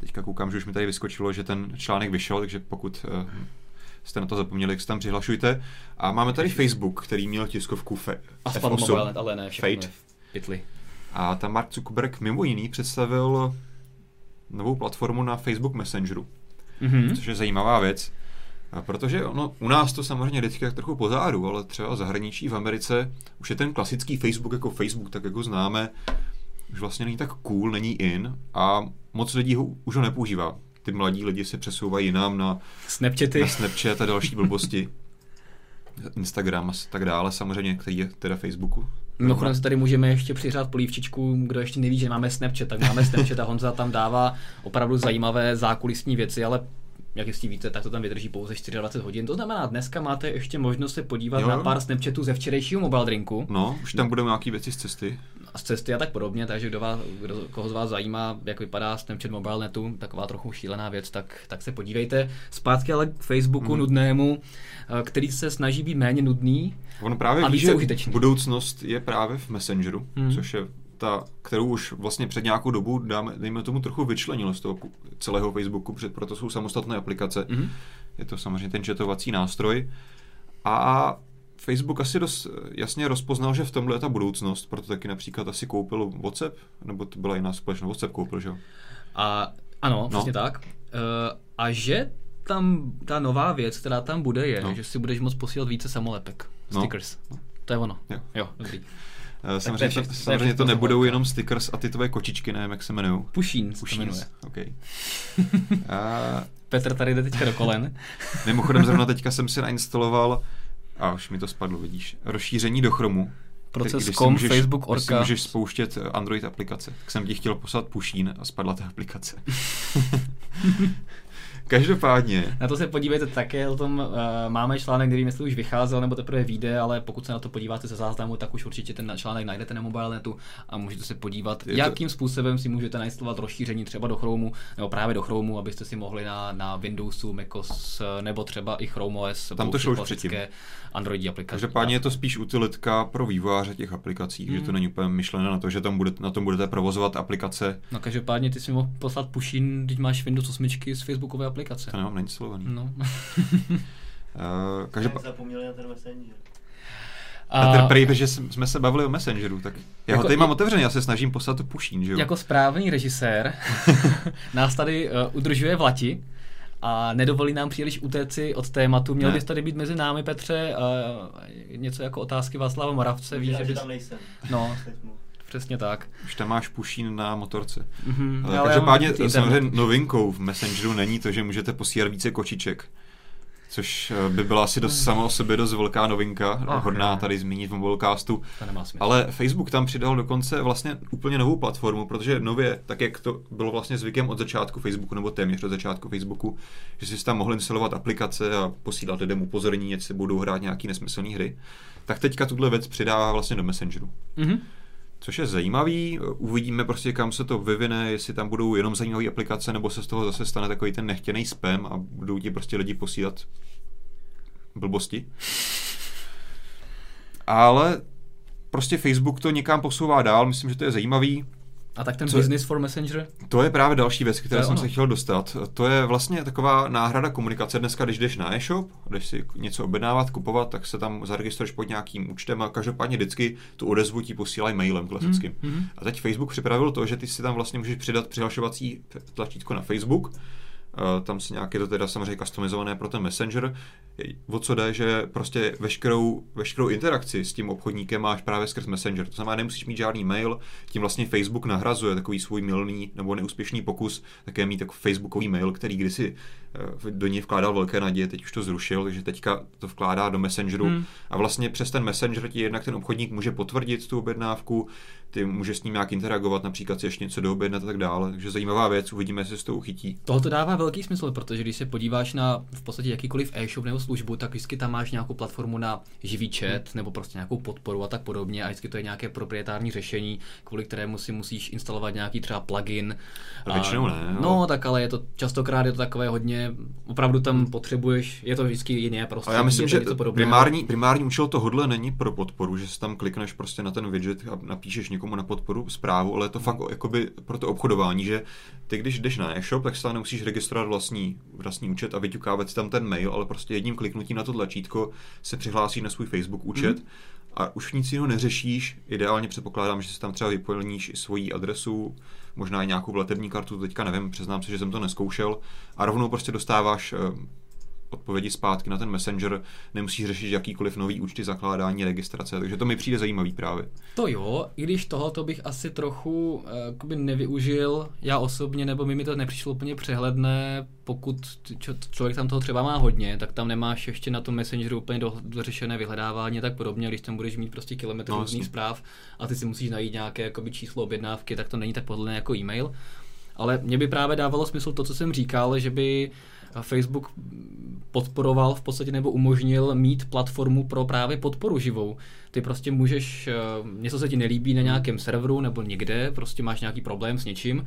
teďka koukám, že už mi tady vyskočilo, že ten článek vyšel, takže pokud uh, jste na to zapomněli, jak se tam přihlašujte. A máme tady Facebook, který měl tiskovku F- A F spadl osm. mobilnet, ale ne, všechno je v pytli. A tam Mark Zuckerberg mimo jiný představil novou platformu na Facebook Messengeru, Mm-hmm. což je zajímavá věc. A protože ono, u nás to samozřejmě teďka trochu pozáru, ale třeba v zahraničí v Americe už je ten klasický Facebook jako Facebook, tak jako známe, už vlastně není tak cool, není in a moc lidí ho, už ho nepoužívá. Ty mladí lidi se přesouvají jinam na Snapchaty. Na Snapchat a další blbosti. Instagram a tak dále, samozřejmě, který je teda Facebooku. Mimochodem se tady můžeme ještě přihrát polívčičku, kdo ještě neví, že máme Snapchat, tak máme Snapchat a Honza tam dává opravdu zajímavé zákulisní věci, ale jak jistě víte, tak to tam vydrží pouze dvacet čtyři hodin. To znamená, dneska máte ještě možnost se podívat jo, jo. na pár Snapchatů ze včerejšího mobile drinku. No, už tam budou nějaké věci z cesty. Z cesty a tak podobně, takže kdo, vás, kdo koho z vás zajímá, jak vypadá Snapchat mobile netu, taková trochu šílená věc, tak, tak se podívejte. Zpátky ale k Facebooku hmm. nudnému, který se snaží být méně nudný. Ono právě a ví, více že užitečný. Budoucnost je právě v Messengeru, hmm. což je ta, kterou už vlastně před nějakou dobu dáme, dejme tomu trochu vyčlenilo z toho celého Facebooku, protože proto jsou samostatné aplikace. Mm-hmm. Je to samozřejmě ten chatovací nástroj. A Facebook asi dost jasně rozpoznal, že v tomhle je ta budoucnost, proto taky například asi koupil WhatsApp, nebo to byla jiná společnost, WhatsApp koupil, že jo? A ano, přesně no. tak. Uh, a že tam ta nová věc, která tam bude, je, no. že si budeš moct posílat více samolepek, stickers. No. To je ono. Jo, jo dobrý. Samozřejmě, to, to, samozřejmě to nebudou to jenom stickers a ty tvoje kočičky, nevím, jak se jmenují. Pusheen se to jmenuje. Okay. a... Petr tady jde teďka do kolen. Mimochodem zrovna teďka jsem si nainstaloval, a už mi to spadlo, vidíš, rozšíření do Chromu. Proces com, Facebook, Orca. Když můžeš spouštět Android aplikace. Tak jsem ti chtěl poslat Pusheen a spadla ta aplikace. Každopádně. Na to se podívejte také, o tom uh, máme článek, nevím, jestli už vycházel nebo teprve vyjde, ale pokud se na to podíváte ze záznamu, tak už určitě ten článek najdete na mobilenetu a můžete se podívat, je jakým to... způsobem si můžete nainstalovat rozšíření třeba do Chromu, nebo právě do Chromu, abyste si mohli na, na Windowsu, macOS, nebo třeba i Chrome O S. Tam to šlo už předtím. Androidí aplikace. Každopádně je to spíš utilitka pro vývojáře těch aplikací, hmm. že to není úplně myšlené na to, že tam bude, na tom budete provozovat aplikace. No každopádně ty si mohl poslat Pusheen, když máš Windows osm z Facebookové aplikace. To nemám nainstalovaný. No. uh, každopád... zapomněli na ten Messenger. A... Petr prej, že jsme se bavili o Messengeru, tak já jako, ho tady mám otevřený, já se snažím poslat to Pusheen, že jo? Jako správný režisér nás tady uh, udržuje v lati a nedovolí nám příliš utéci od tématu. Měl ne. bys tady být mezi námi, Petře, uh, něco jako otázky Václava Moravce. Víš, že bys... tam nejsem. No, přesně tak. Už tam máš Pusheen na motorce. Mm-hmm, ale každopádně samozřejmě novinkou v Messengeru není to, že můžete posílat více kočiček. Což by byla asi dost sama o sobě dost velká novinka, okay. hodná tady zmínit v Mobilecastu. Ale Facebook tam přidal dokonce vlastně úplně novou platformu, protože nově, tak jak to bylo vlastně zvykem od začátku Facebooku, nebo téměř od začátku Facebooku, že si tam mohli instalovat aplikace a posílat lidem upozornění, ať se budou hrát nějaký nesmyslný hry, tak teďka tuhle věc přidává vlastně do Messengeru. Mm-hmm. Což je zajímavý, uvidíme prostě, kam se to vyvine, jestli tam budou jenom zajímavé aplikace, nebo se z toho zase stane takový ten nechtěný spam a budou ti prostě lidi posílat blbosti. Ale prostě Facebook to někam posouvá dál, myslím, že to je zajímavý. A tak ten Co business for Messenger? To je právě další věc, které jsem ono. se chtěl dostat. To je vlastně taková náhrada komunikace. Dneska, když jdeš na e-shop, když si něco objednávat, kupovat, tak se tam zaregistruješ pod nějakým účtem a každopádně vždycky tu odezvu ti posílají mailem klasickým. Mm-hmm. A teď Facebook připravil to, že ty si tam vlastně můžeš přidat přihlašovací tlačítko na Facebook. Uh, tam si nějaké to teda samozřejmě customizované pro ten Messenger. O co jde, že prostě veškerou, veškerou interakci s tím obchodníkem máš právě skrz Messenger. To znamená, nemusíš mít žádný mail, tím vlastně Facebook nahrazuje takový svůj mylný nebo neúspěšný pokus také mít takový Facebookový mail, který kdysi uh, do něj vkládal velké naděje, teď už to zrušil, takže teďka to vkládá do Messengeru hmm. a vlastně přes ten Messenger ti jednak ten obchodník může potvrdit tu objednávku, ty můžeš s ním nějak interagovat, například si ještě něco doobjednat a tak dále. Takže zajímavá věc, uvidíme, jestli se to uchytí. Tohle to dává velký smysl, protože když se podíváš na v podstatě jakýkoliv e-shop nebo službu, tak vždycky tam máš nějakou platformu na živý chat hmm. nebo prostě nějakou podporu a tak podobně a vždycky to je nějaké proprietární řešení, kvůli kterému si musíš instalovat nějaký třeba plugin. A většinou ne. No, no tak ale je to častokrát je to takové hodně, opravdu tam potřebuješ, je to vždycky jiné prostě. A já myslím, že primární, primární účel tohodle není pro podporu, že si tam klikneš prostě na ten widget a napíšeš někomu někomu na podporu zprávu, ale je to fakt jakoby pro to obchodování, že ty když jdeš na e-shop, tak se tam nemusíš registrovat vlastní, vlastní účet a vyťukávat si tam ten mail, ale prostě jedním kliknutím na to tlačítko se přihlásíš na svůj Facebook účet mm. a už nic jiného neřešíš. Ideálně předpokládám, že si tam třeba vyplníš i svoji adresu, možná i nějakou platební kartu, teďka nevím, přiznám se, že jsem to neskoušel a rovnou prostě dostáváš odpovědi zpátky na ten Messenger, nemusíš řešit jakýkoliv nový účty, zakládání, registrace, takže to mi přijde zajímavý právě. To jo, i když tohoto bych asi trochu jakoby nevyužil já osobně, nebo mi mi to nepřišlo úplně přehledné, pokud člověk tam toho třeba má hodně, tak tam nemáš ještě na tom Messengeru úplně do, dořešené vyhledávání a tak podobně, když tam budeš mít prostě kilometr no, různých zpráv a ty si musíš najít nějaké jakoby číslo objednávky, tak to není tak podle jako e-mail. Ale mě by právě dávalo smysl to, co jsem říkal, že by Facebook podporoval v podstatě nebo umožnil mít platformu pro právě podporu živou. Ty prostě můžeš, něco se ti nelíbí na nějakém serveru nebo někde, prostě máš nějaký problém s něčím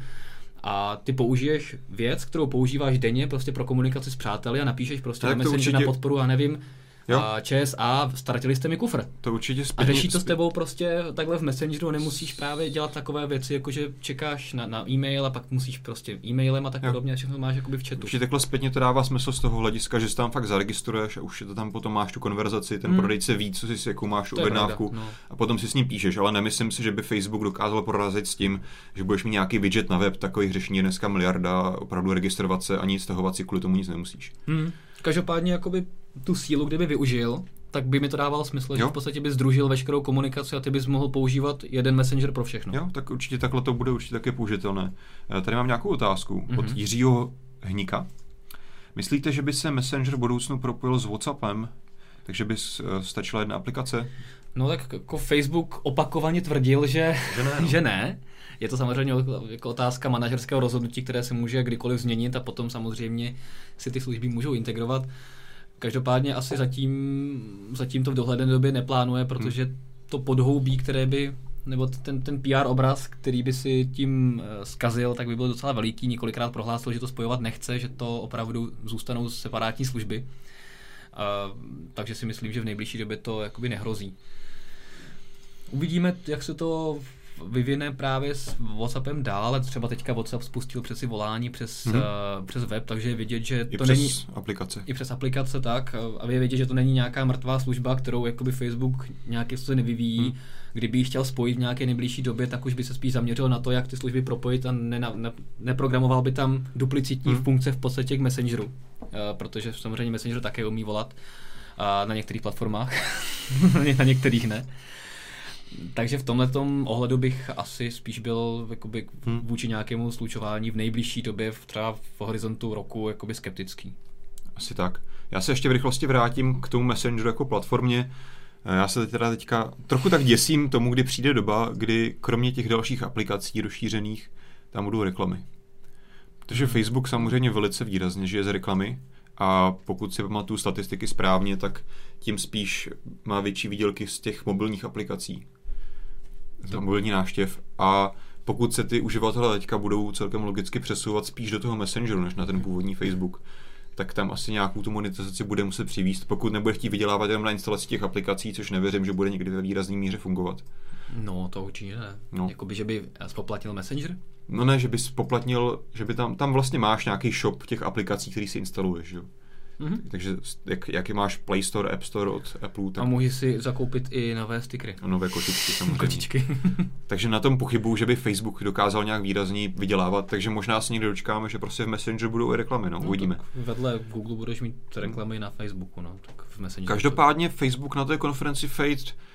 a ty použiješ věc, kterou používáš denně prostě pro komunikaci s přáteli a napíšeš prostě tak na Messenger určitě... na podporu a nevím, a ČSA, ztratili jste mi kufr. To určitě zpětně... A řeší to s tebou prostě takhle v Messengeru, nemusíš právě dělat takové věci, jakože čekáš na, na e-mail a pak musíš prostě e-mailem a tak podobně, a všechno máš jakoby v chatu. Určitě takhle zpětně to dává smysl z toho hlediska, že si tam fakt zaregistruješ a už to tam potom máš tu konverzaci, ten hmm. prodejce ví, co jsi, jakou máš objednávku no. a potom si s ním píšeš, ale nemyslím si, že by Facebook dokázal porazit s tím, že budeš mít nějaký widget na web, takových řešení je dneska miliarda, opravdu registrovat se ani stahovat si kvůli tomu nic nemusíš. Hmm. Každopádně jakoby tu sílu, kdyby využil, tak by mi to dávalo smysl, jo? Že v podstatě by združil veškerou komunikaci a ty bys mohl používat jeden Messenger pro všechno. Jo, tak určitě takhle to bude určitě také použitelné. Tady mám nějakou otázku mm-hmm. od Jiřího Hníka. Myslíte, že by se Messenger v budoucnu propojil s WhatsAppem, takže by stačila jedna aplikace? No tak jako Facebook opakovaně tvrdil, že, že, ne, no. že ne. Je to samozřejmě jako otázka manažerského rozhodnutí, které se může kdykoliv změnit a potom samozřejmě si ty služby můžou integrovat. Každopádně asi zatím, zatím to v dohledné době neplánuje, protože hmm. to podhoubí, které by, nebo ten, ten P R obraz, který by si tím zkazil, tak by byl docela veliký. Několikrát prohlásil, že to spojovat nechce, že to opravdu zůstanou separátní služby. Uh, takže si myslím, že v nejbližší době to jakoby nehrozí. Uvidíme, jak se to vyvine právě s WhatsAppem dál, ale třeba teďka WhatsApp spustil přeci volání přes, mm-hmm. uh, přes web, takže je vidět, že I to přes není... aplikace. I přes aplikace, tak. A je vidět, že to není nějaká mrtvá služba, kterou jakoby Facebook nějaké se nevyvíjí. Mm. Kdyby ji chtěl spojit v nějaké nejbližší době, tak už by se spíš zaměřil na to, jak ty služby propojit a ne, ne, neprogramoval by tam duplicitní mm. funkce v podstatě k Messengeru. Uh, protože samozřejmě Messenger také umí volat uh, na některých platformách, na některých ne. Takže v tomhletom ohledu bych asi spíš byl jakoby, hmm. vůči nějakému slučování v nejbližší době, třeba v horizontu roku, jakoby skeptický. Asi tak. Já se ještě v rychlosti vrátím k tomu Messengeru jako platformě. Já se teda teďka trochu tak děsím tomu, kdy přijde doba, kdy kromě těch dalších aplikací rozšířených, tam budou reklamy. Protože Facebook samozřejmě velice výrazně žije z reklamy a pokud si pamatuju statistiky správně, tak tím spíš má větší výdělky z těch mobilních aplikací. Z mobilní návštěv. A pokud se ty uživatelé teďka budou celkem logicky přesouvat spíš do toho Messengeru, než na ten původní Facebook, tak tam asi nějakou tu monetizaci bude muset přivést, pokud nebude chtít vydělávat jenom na instalaci těch aplikací, což nevěřím, že bude někdy ve výrazné míře fungovat. No, to určitě ne. No. Jakoby, že by spoplatnil Messenger? No ne, že by spoplatnil, že by tam, tam vlastně máš nějaký shop těch aplikací, který si instaluješ, jo. Mm-hmm. Takže jak, jaký máš Play Store, App Store od Apple, tak... A můžeš si zakoupit i nové stickery. A nové kočičky samozřejmě. Kočičky. Takže na tom pochybuju, že by Facebook dokázal nějak výrazně vydělávat, takže možná se někdy dočkáme, že prostě v Messengeru budou i reklamy, no, no uvidíme. Vedle Google budeš mít reklamy na Facebooku, no, tak v Messengeru. Každopádně Facebook na té konferenci Fate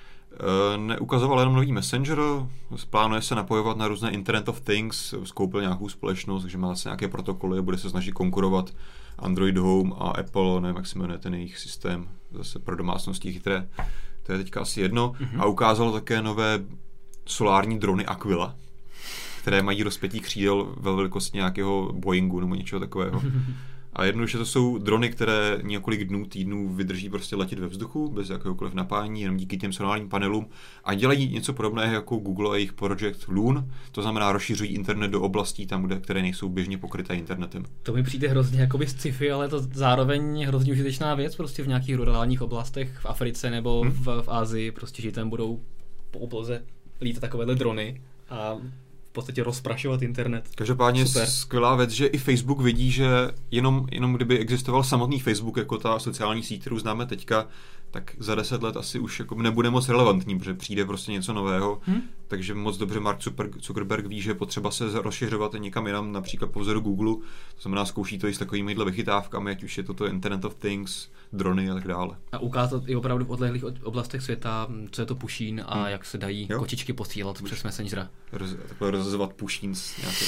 uh, neukazoval jenom nový Messenger, plánuje se napojovat na různé Internet of Things, skoupil nějakou společnost, takže má zase nějaké protokoly a bude se snažit konkurovat Android Home a Apple, nevím, jak se jmenuje ten jejich systém, zase pro domácnosti chytré, to je teďka asi jedno. Mm-hmm. A ukázalo také nové solární drony Aquila, které mají rozpětí křídel ve velikosti nějakého Boeingu nebo něčeho takového. A jednoduše to jsou drony, které několik dnů, týdnů vydrží prostě letět ve vzduchu, bez jakéhokoliv napájení, jenom díky těm solárním panelům a dělají něco podobného jako Google a jejich Project Loon, to znamená rozšiřují internet do oblastí tam, kde, které nejsou běžně pokryté internetem. To mi přijde hrozně jakoby sci-fi, ale to zároveň hrozně užitečná věc prostě v nějakých rurálních oblastech v Africe nebo hmm. v, v Asii, prostě že tam budou po obloze lítat takovéhle drony a v podstatě rozprašovat internet. Každopádně Super. skvělá věc, že i Facebook vidí, že jenom, jenom kdyby existoval samotný Facebook jako ta sociální síť, kterou známe teďka, tak za deset let asi už jako nebude moc relevantní, protože přijde prostě něco nového. Hmm. Takže moc dobře Mark Zuckerberg ví, že je potřeba se rozšiřovat někam jinam, například po vzoru Google. To znamená, zkouší to i s takovými vychytávkami, ať už je to, to Internet of Things, drony a tak dále. A ukázat i opravdu v odlehlých oblastech světa, co je to pušín a hmm. jak se dají jo? kočičky posílat přes Messengera. Roz, takhle rozezvat pušín nějaké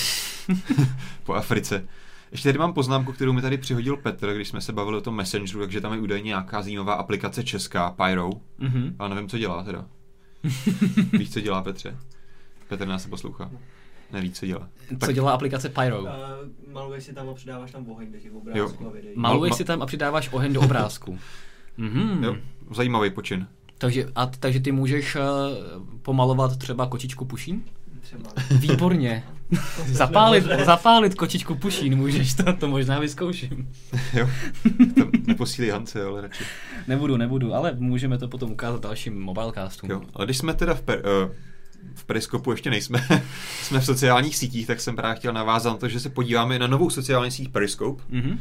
po Africe. Ještě tady mám poznámku, kterou mi tady přihodil Petr, když jsme se bavili o tom Messengeru, takže tam je údajně nějaká zajímavá aplikace česká, Pyro, mm-hmm. ale nevím, co dělá teda. Víš, co dělá, Petře? Petr nás se poslouchá. Neví, co dělá. Co tak... dělá aplikace Pyro? Uh, maluješ si tam a přidáváš tam oheň do těch obrázků a videí. Maluješ Mal, si tam a přidáváš oheň do obrázků. Mm-hmm. Jo, zajímavý počin. Takže, a, takže ty můžeš uh, pomalovat třeba kočičku pušín? Třeba. Výborně. zapálit, zapálit kočičku pušín můžeš, to, to možná vyzkouším. Jo, to neposílí Hance, ale radši. Nebudu, nebudu, ale můžeme to potom ukázat dalším mobilecastům. Jo, ale když jsme teda v, per, uh, v Periskopu ještě nejsme, jsme v sociálních sítích, tak jsem právě chtěl navázat na to, že se podíváme na novou sociální síť Periscope, mm-hmm.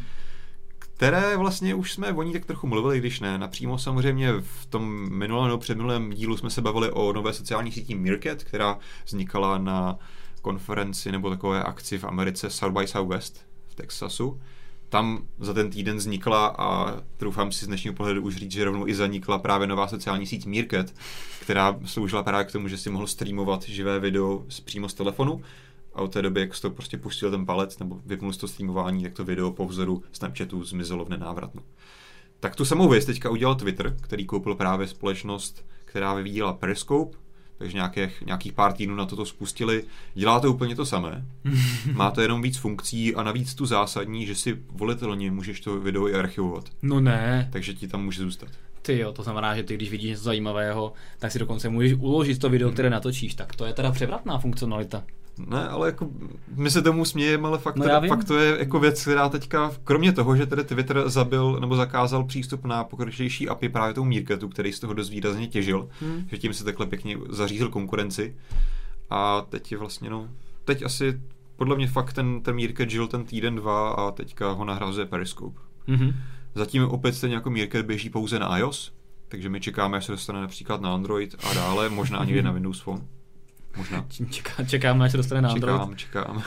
které vlastně už jsme o ní tak trochu mluvili, když ne. Napřímo samozřejmě v tom minulém nebo předminulém dílu jsme se bavili o nové sociální síti Meerkat, která vznikala na konferenci nebo takové akci v Americe South by Southwest v Texasu. Tam za ten týden vznikla a doufám si z dnešního pohledu už říct, že rovnou i zanikla právě nová sociální síť Meerkat, která sloužila právě k tomu, že si mohl streamovat živé video přímo z telefonu. A od té doby, jak jsi to prostě pustil ten palec nebo vypnul z to streamování, tak to video po vzoru Snapchatu zmizelo v nenávratnu. Tak tu samou věc teďka udělal Twitter, který koupil právě společnost, která vyvíjela Periscope, takže nějakých, nějakých pár týdnů na toto spustili. Dělá to úplně to samé. Má to jenom víc funkcí a navíc tu zásadní, že si volitelně můžeš to video i archivovat. No ne. Takže ti tam může zůstat. Ty jo, to znamená, že ty když vidíš něco zajímavého, tak si dokonce můžeš uložit to video, které natočíš. Tak to je teda převratná funkcionalita. Ne, ale jako my se tomu smějeme, ale fakt, no teda, fakt to je jako věc, která teďka, kromě toho, že tedy Twitter zabil nebo zakázal přístup na pokročilejší A P I právě tomu Meerkatu, který z toho dost výrazně těžil, hmm. že tím se takhle pěkně zařízl konkurenci. A teď je vlastně, no, teď asi podle mě fakt ten, ten Meerkat žil ten týden, dva a teďka ho nahrazuje Periscope. Hmm. Zatím opět stejně jako Meerkat běží pouze na iOS, takže my čekáme, až se dostane například na Android a dále, možná někdy na Windows Phone. Možná. Čeká, čekám, až se dostane na Android. Čekám, čekám.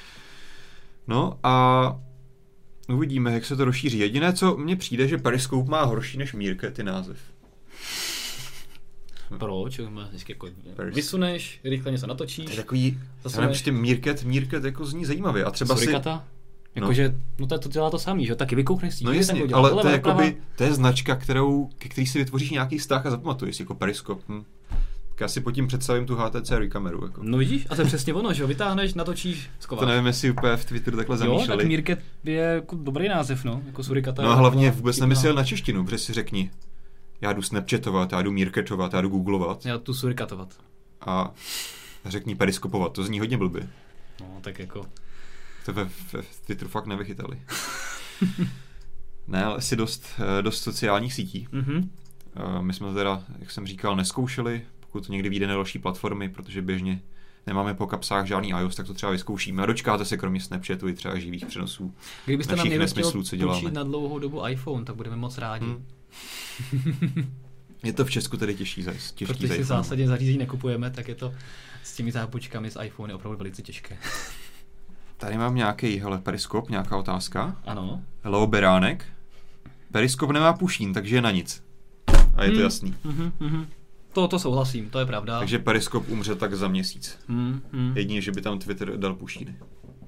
No a uvidíme, jak se to rozšíří. Jediné, co mně přijde, že Periscope má horší než Meerkat, ty název. Proč? Jako vysuneš, rychle něco natočíš. To je takový, já nevím, že Meerkat, Meerkat jako zní zajímavě. A třeba Surikata? si... Jakože, no. no to, to dělá to samý, že? Taky vykoukneš si. No jasně, ale to je, jakoby, to je značka, kterou, ke který si vytvoříš nějaký vztah a zapamatuješ, jako Periscope. Hm. Já si pod tím představím tu H T C kameru. Jako. No vidíš, a to je přesně ono, že jo, vytáhneš, natočíš, skováš. To nevím, jestli úplně v Twitteru takhle zamýšleli. Jo, tak Meerkat je jako dobrý název, no, jako Surikata. No a hlavně vůbec nemyslel na češtinu, protože si řekni, já jdu Snapchatovat, já jdu Meerkatovat, já jdu googlovat. Já jdu Surikatovat. A řekni periskopovat, to zní hodně blbě. No, tak jako... To ve, ve Twitteru fakt nevychytali. Ne, ale asi dost, dost sociálních sítí. Mm-hmm. My jsme to teda, jak jsem říkal, neskoušeli, pokud to někdy vyjde na další platformy, protože běžně nemáme po kapsách žádný iOS, tak to třeba vyzkoušíme. A dočkáte se kromě Snapchatu i třeba živých přenosů. Kdybyste nám někdo chtěl půjčit na dlouhou dobu iPhone, tak budeme moc rádi. Hmm. Je to v Česku tedy těžší zajist. Protože si v zásadě zařízení nekupujeme, tak je to s těmi zápočkami z iPhone je opravdu velice těžké. Tady mám nějaký, hele, periskop, nějaká otázka. Ano. Hello, Beránek. Periskop nemá pušín, takže je na nic. A je to hmm. jasný. Mm-hmm, mm-hmm. To, to souhlasím, to je pravda. Takže Periskop umře tak za měsíc. Mm, mm. Jedině, že by tam Twitter dal pušíny.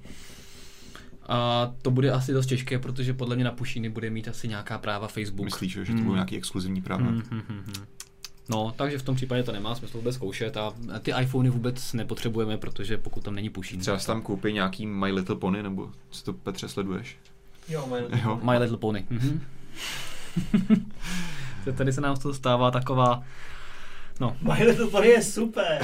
A to bude asi dost těžké, protože podle mě na pušíny bude mít asi nějaká práva Facebook. Myslíš, že to mm. budou nějaký exkluzivní práva? Mm, mm, mm. No, takže v tom případě to nemá smysl vůbec zkoušet a ty iPhony vůbec nepotřebujeme, protože pokud tam není pušín. Třeba si tam koupí nějaký My Little Pony, nebo co to, Petře, sleduješ? Jo, My Little, jo. My Little Pony. Mhm. Tady se nám z toho stává taková... No. My Little Pony je super!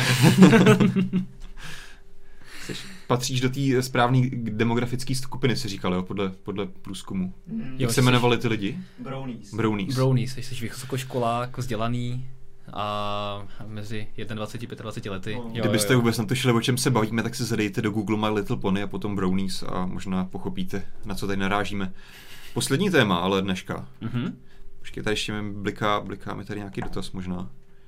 Patříš do té správné demografické skupiny, si říkal, jo, podle, podle průzkumu. Mm. Jak jo, se jmenovali ty lidi? Brownies. Brownies. Brownies, jsi vysokoškolák, vzdělaný, a mezi dvacet jedna a dvacet pět lety. No. Jo, Kdybyste jo, jo. vůbec netušili, o čem se bavíme, tak se zadejte do Google My Little Pony a potom Brownies a možná pochopíte, na co tady narážíme. Poslední téma, ale dneška. Mhm. Počkej, tady ještě mi bliká, bliká mi tady nějaký dotaz možná.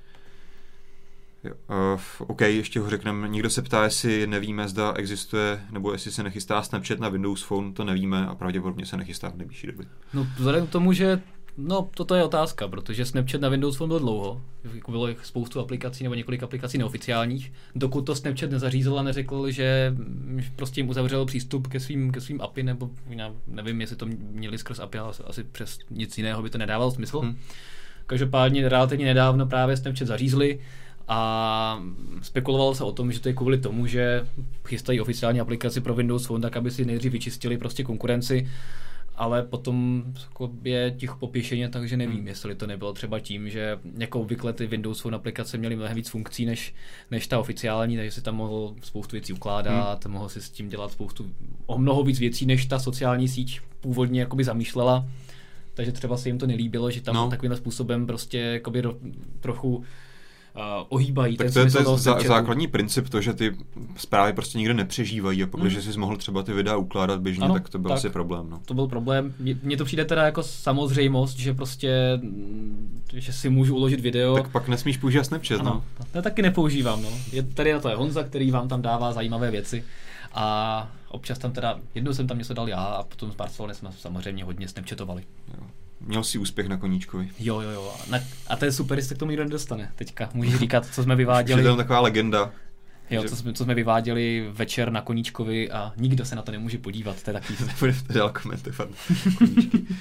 Jo, uh, OK, ještě ho řekneme. Někdo se ptá, jestli nevíme, zda existuje, nebo jestli se nechystá Snapchat na Windows Phone, to nevíme a pravděpodobně se nechystá v nejbližší době. No vzhledem k tomu, že no toto je otázka, protože Snapchat na Windows Phone byl dlouho. Bylo spoustu aplikací nebo několik aplikací neoficiálních, dokud to Snapchat nezařízl a neřekl, že prostě jim uzavřel přístup ke svým, ke svým A P I, nebo nevím, jestli to měli skrz A P I, ale asi přes nic jiného by to nedávalo smysl. Hmm. Každopádně relativně nedávno právě Snapchat zařízli a spekulovalo se o tom, že to je kvůli tomu, že chystají oficiální aplikaci pro Windows Phone, tak aby si nejdřív vyčistili prostě konkurenci, ale potom je ticho popěšeně, takže nevím, hmm. jestli to nebylo třeba tím, že jako obvykle ty Windows Phone aplikace měly mnohem víc funkcí než, než ta oficiální, takže si tam mohl spoustu věcí ukládat, hmm. mohl si s tím dělat spoustu, o mnoho víc věcí, než ta sociální síť původně jakoby zamýšlela. Takže třeba se jim to nelíbilo, že tam no. takovým způsobem prostě jakoby ro, trochu Uh, ohýbají. Tak ten to je, to je zá, základní princip to, že ty zprávy prostě nikde nepřežívají a pokud mm. jsi mohl třeba ty videa ukládat běžně, ano, tak to byl tak, asi problém. No. To byl problém. Mně to přijde teda jako samozřejmost, že prostě že si můžu uložit video. Tak pak nesmíš používat Snapchat, ano, no. Já taky nepoužívám, no. Je, tady na to je Honza, který vám tam dává zajímavé věci a občas tam teda, jednou jsem tam něco dal já a potom s Barcelony jsme samozřejmě hodně Snapchatovali. Jo. Měl jsi úspěch na koníčkovi. Jo, jo, jo. Na, a to je super, jestli se k tomu nikdo nedostane. Teďka můžeš říkat, co jsme vyváděli. To je taková legenda. Jo, že... co, jsme, co jsme vyváděli večer na koníčkovi a nikdo se na to nemůže podívat. To je takový... Nebudete dál komentovat koníčky. uh,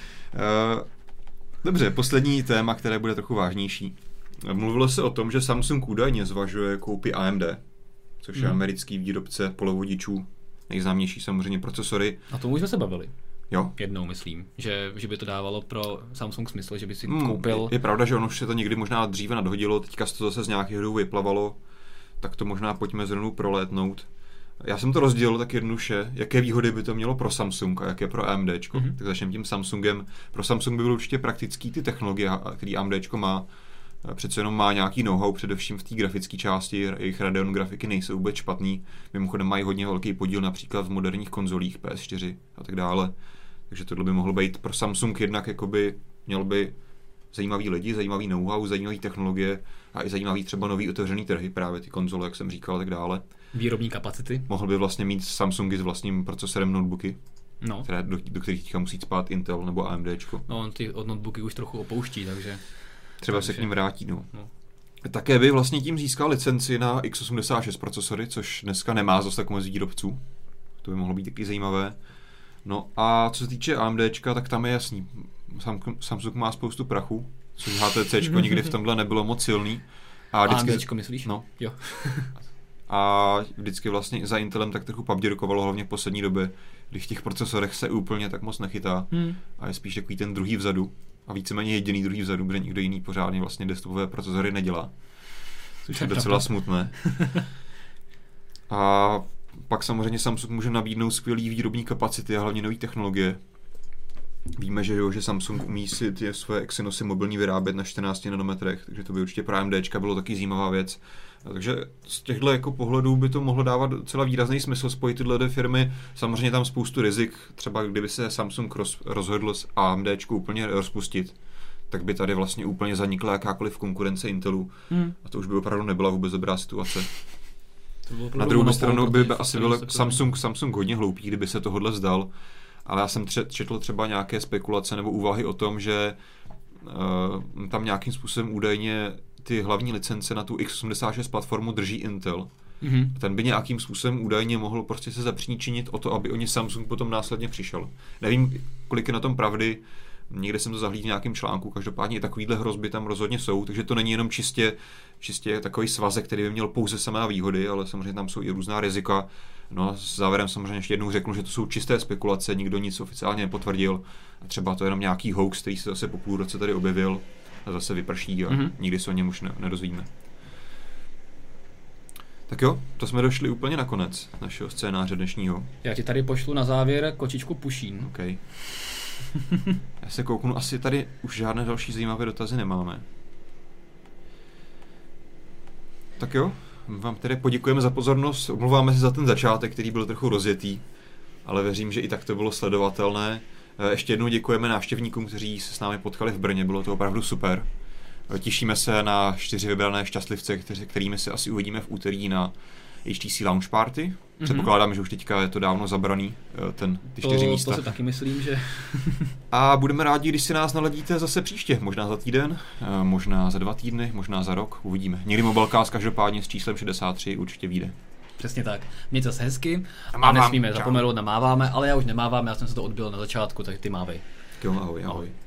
dobře, poslední téma, které bude trochu vážnější. Mluvilo se o tom, že Samsung údajně zvažuje koupit A M D, což je hmm. americký výrobce polovodičů, nejznámější samozřejmě procesory. A tomu už jsme se bavili. Jo. Jednou myslím, že, že by to dávalo pro Samsung smysl, že by si hmm, koupil... Je, je pravda, že ono už se to někdy možná dříve nadhodilo, teďka se to zase z nějakých důvodů vyplavalo, tak to možná pojďme zrovna prolétnout. Já jsem to rozdělil tak jednoduše, jaké výhody by to mělo pro Samsung a jaké pro AMDčko. Mm-hmm. Tak začneme tím Samsungem. Pro Samsung by bylo určitě praktický ty technologie, které AMDčko má. Přece jenom má nějaký know-how, především v té grafické části, jejich Radeon grafiky nejsou vůbec špatný. Mimochodem mají hodně velký podíl například v moderních konzolích P S čtyři a tak dále. Takže tohle by mohlo být pro Samsung jednak jakoby měl by zajímavý lidi, zajímavý know-how, zajímavý technologie a i zajímavý třeba nový otevřený trhy, právě ty konzole, jak jsem říkal, a tak dále. Výrobní kapacity. Mohl by vlastně mít Samsungy s vlastním procesorem notebooky, no. které, do, do kterých teďka musí spát Intel nebo AMDčko. No, on ty od notebooky už trochu opouští, takže... Třeba takže... se k ním vrátí, no. no. Také by vlastně tím získal licenci na X osmdesát šest procesory, což dneska nemá zase tak moc výrobců. To by mohlo být taky zajímavé. No a co se týče AMDčka, tak tam je jasný. Samsung má spoustu prachu, což HTCčko nikdy v tomhle nebylo moc silný. A vždycky... AMDčko myslíš? No. Jo. A vždycky vlastně za Intelem tak trochu pabděrkovalo, hlavně v poslední době, když v těch procesorech se úplně tak moc nechytá hmm. a je spíš takový ten druhý vzadu a víceméně jediný druhý vzadu, protože nikdo jiný pořádně vlastně desktopové procesory nedělá. Což je docela smutné. A pak samozřejmě Samsung může nabídnout skvělý výrobní kapacity a hlavně nové technologie. Víme, že, jo, že Samsung umí si ty své Exynosy mobilní vyrábět na čtrnácti nanometrech, takže to by určitě pro AMDčka bylo taky zajímavá věc. Takže z těchto jako pohledů by to mohlo dávat docela výrazný smysl spojit tyhle dvě firmy. Samozřejmě tam spoustu rizik, třeba kdyby se Samsung roz, rozhodl s AMDčku úplně rozpustit, tak by tady vlastně úplně zanikla jakákoliv konkurence Intelu. Hmm. A to už by opravdu nebyla vůbec dobrá situace. Na druhou stranu by, by asi byl Samsung, Samsung hodně hloupý, kdyby se tohodle vzdal, ale já jsem tře- četl třeba nějaké spekulace nebo úvahy o tom, že uh, tam nějakým způsobem údajně ty hlavní licence na tu X osmdesát šest platformu drží Intel. Mm-hmm. Ten by nějakým způsobem údajně mohl prostě se zapříčinit o to, aby o ně Samsung potom následně přišel. Nevím, kolik je na tom pravdy, někde jsem to zahlídl v nějakém článku, každopádně i takovýhle hrozby tam rozhodně jsou, takže to není jenom čistě, čistě takový svazek, který by měl pouze samé výhody, ale samozřejmě tam jsou i různá rizika. No a s závěrem samozřejmě ještě jednou řeknu, že to jsou čisté spekulace, nikdo nic oficiálně nepotvrdil a třeba to je jenom nějaký hoax, který se zase po půl roce tady objevil a zase vyprší a mm-hmm. nikdy se o něm už ne- nedozvíme. Tak jo, to jsme došli úplně na konec našeho scénáře dnešního. Já ti tady pošlu na závěr kočičku Pušín. Okay. Já se kouknu, asi tady už žádné další zajímavé dotazy nemáme. Tak jo, vám tedy poděkujeme za pozornost, omlouváme se za ten začátek, který byl trochu rozjetý, ale věřím, že i tak to bylo sledovatelné. Ještě jednou děkujeme návštěvníkům, kteří se s námi potkali v Brně, bylo to opravdu super. Těšíme se na čtyři vybrané šťastlivce, kteři, kterými se asi uvidíme v úterý na H T C Launch Party. Mm-hmm. Předpokládám, že už teďka je to dávno zabraný, ten, ty čtyři to, místa. To si taky myslím, že... A budeme rádi, když si nás naladíte zase příště, možná za týden, možná za dva týdny, možná za rok, uvidíme. Někdy Mobilecast každopádně s číslem šedesát tři určitě vyjde. Přesně tak. Mějte se hezky a, a nesmíme zapomenout, namáváme, ale já už nemávám, já jsem se to odbil na začátku, tak ty mávej. Jo, ahoj, ahoj. ahoj.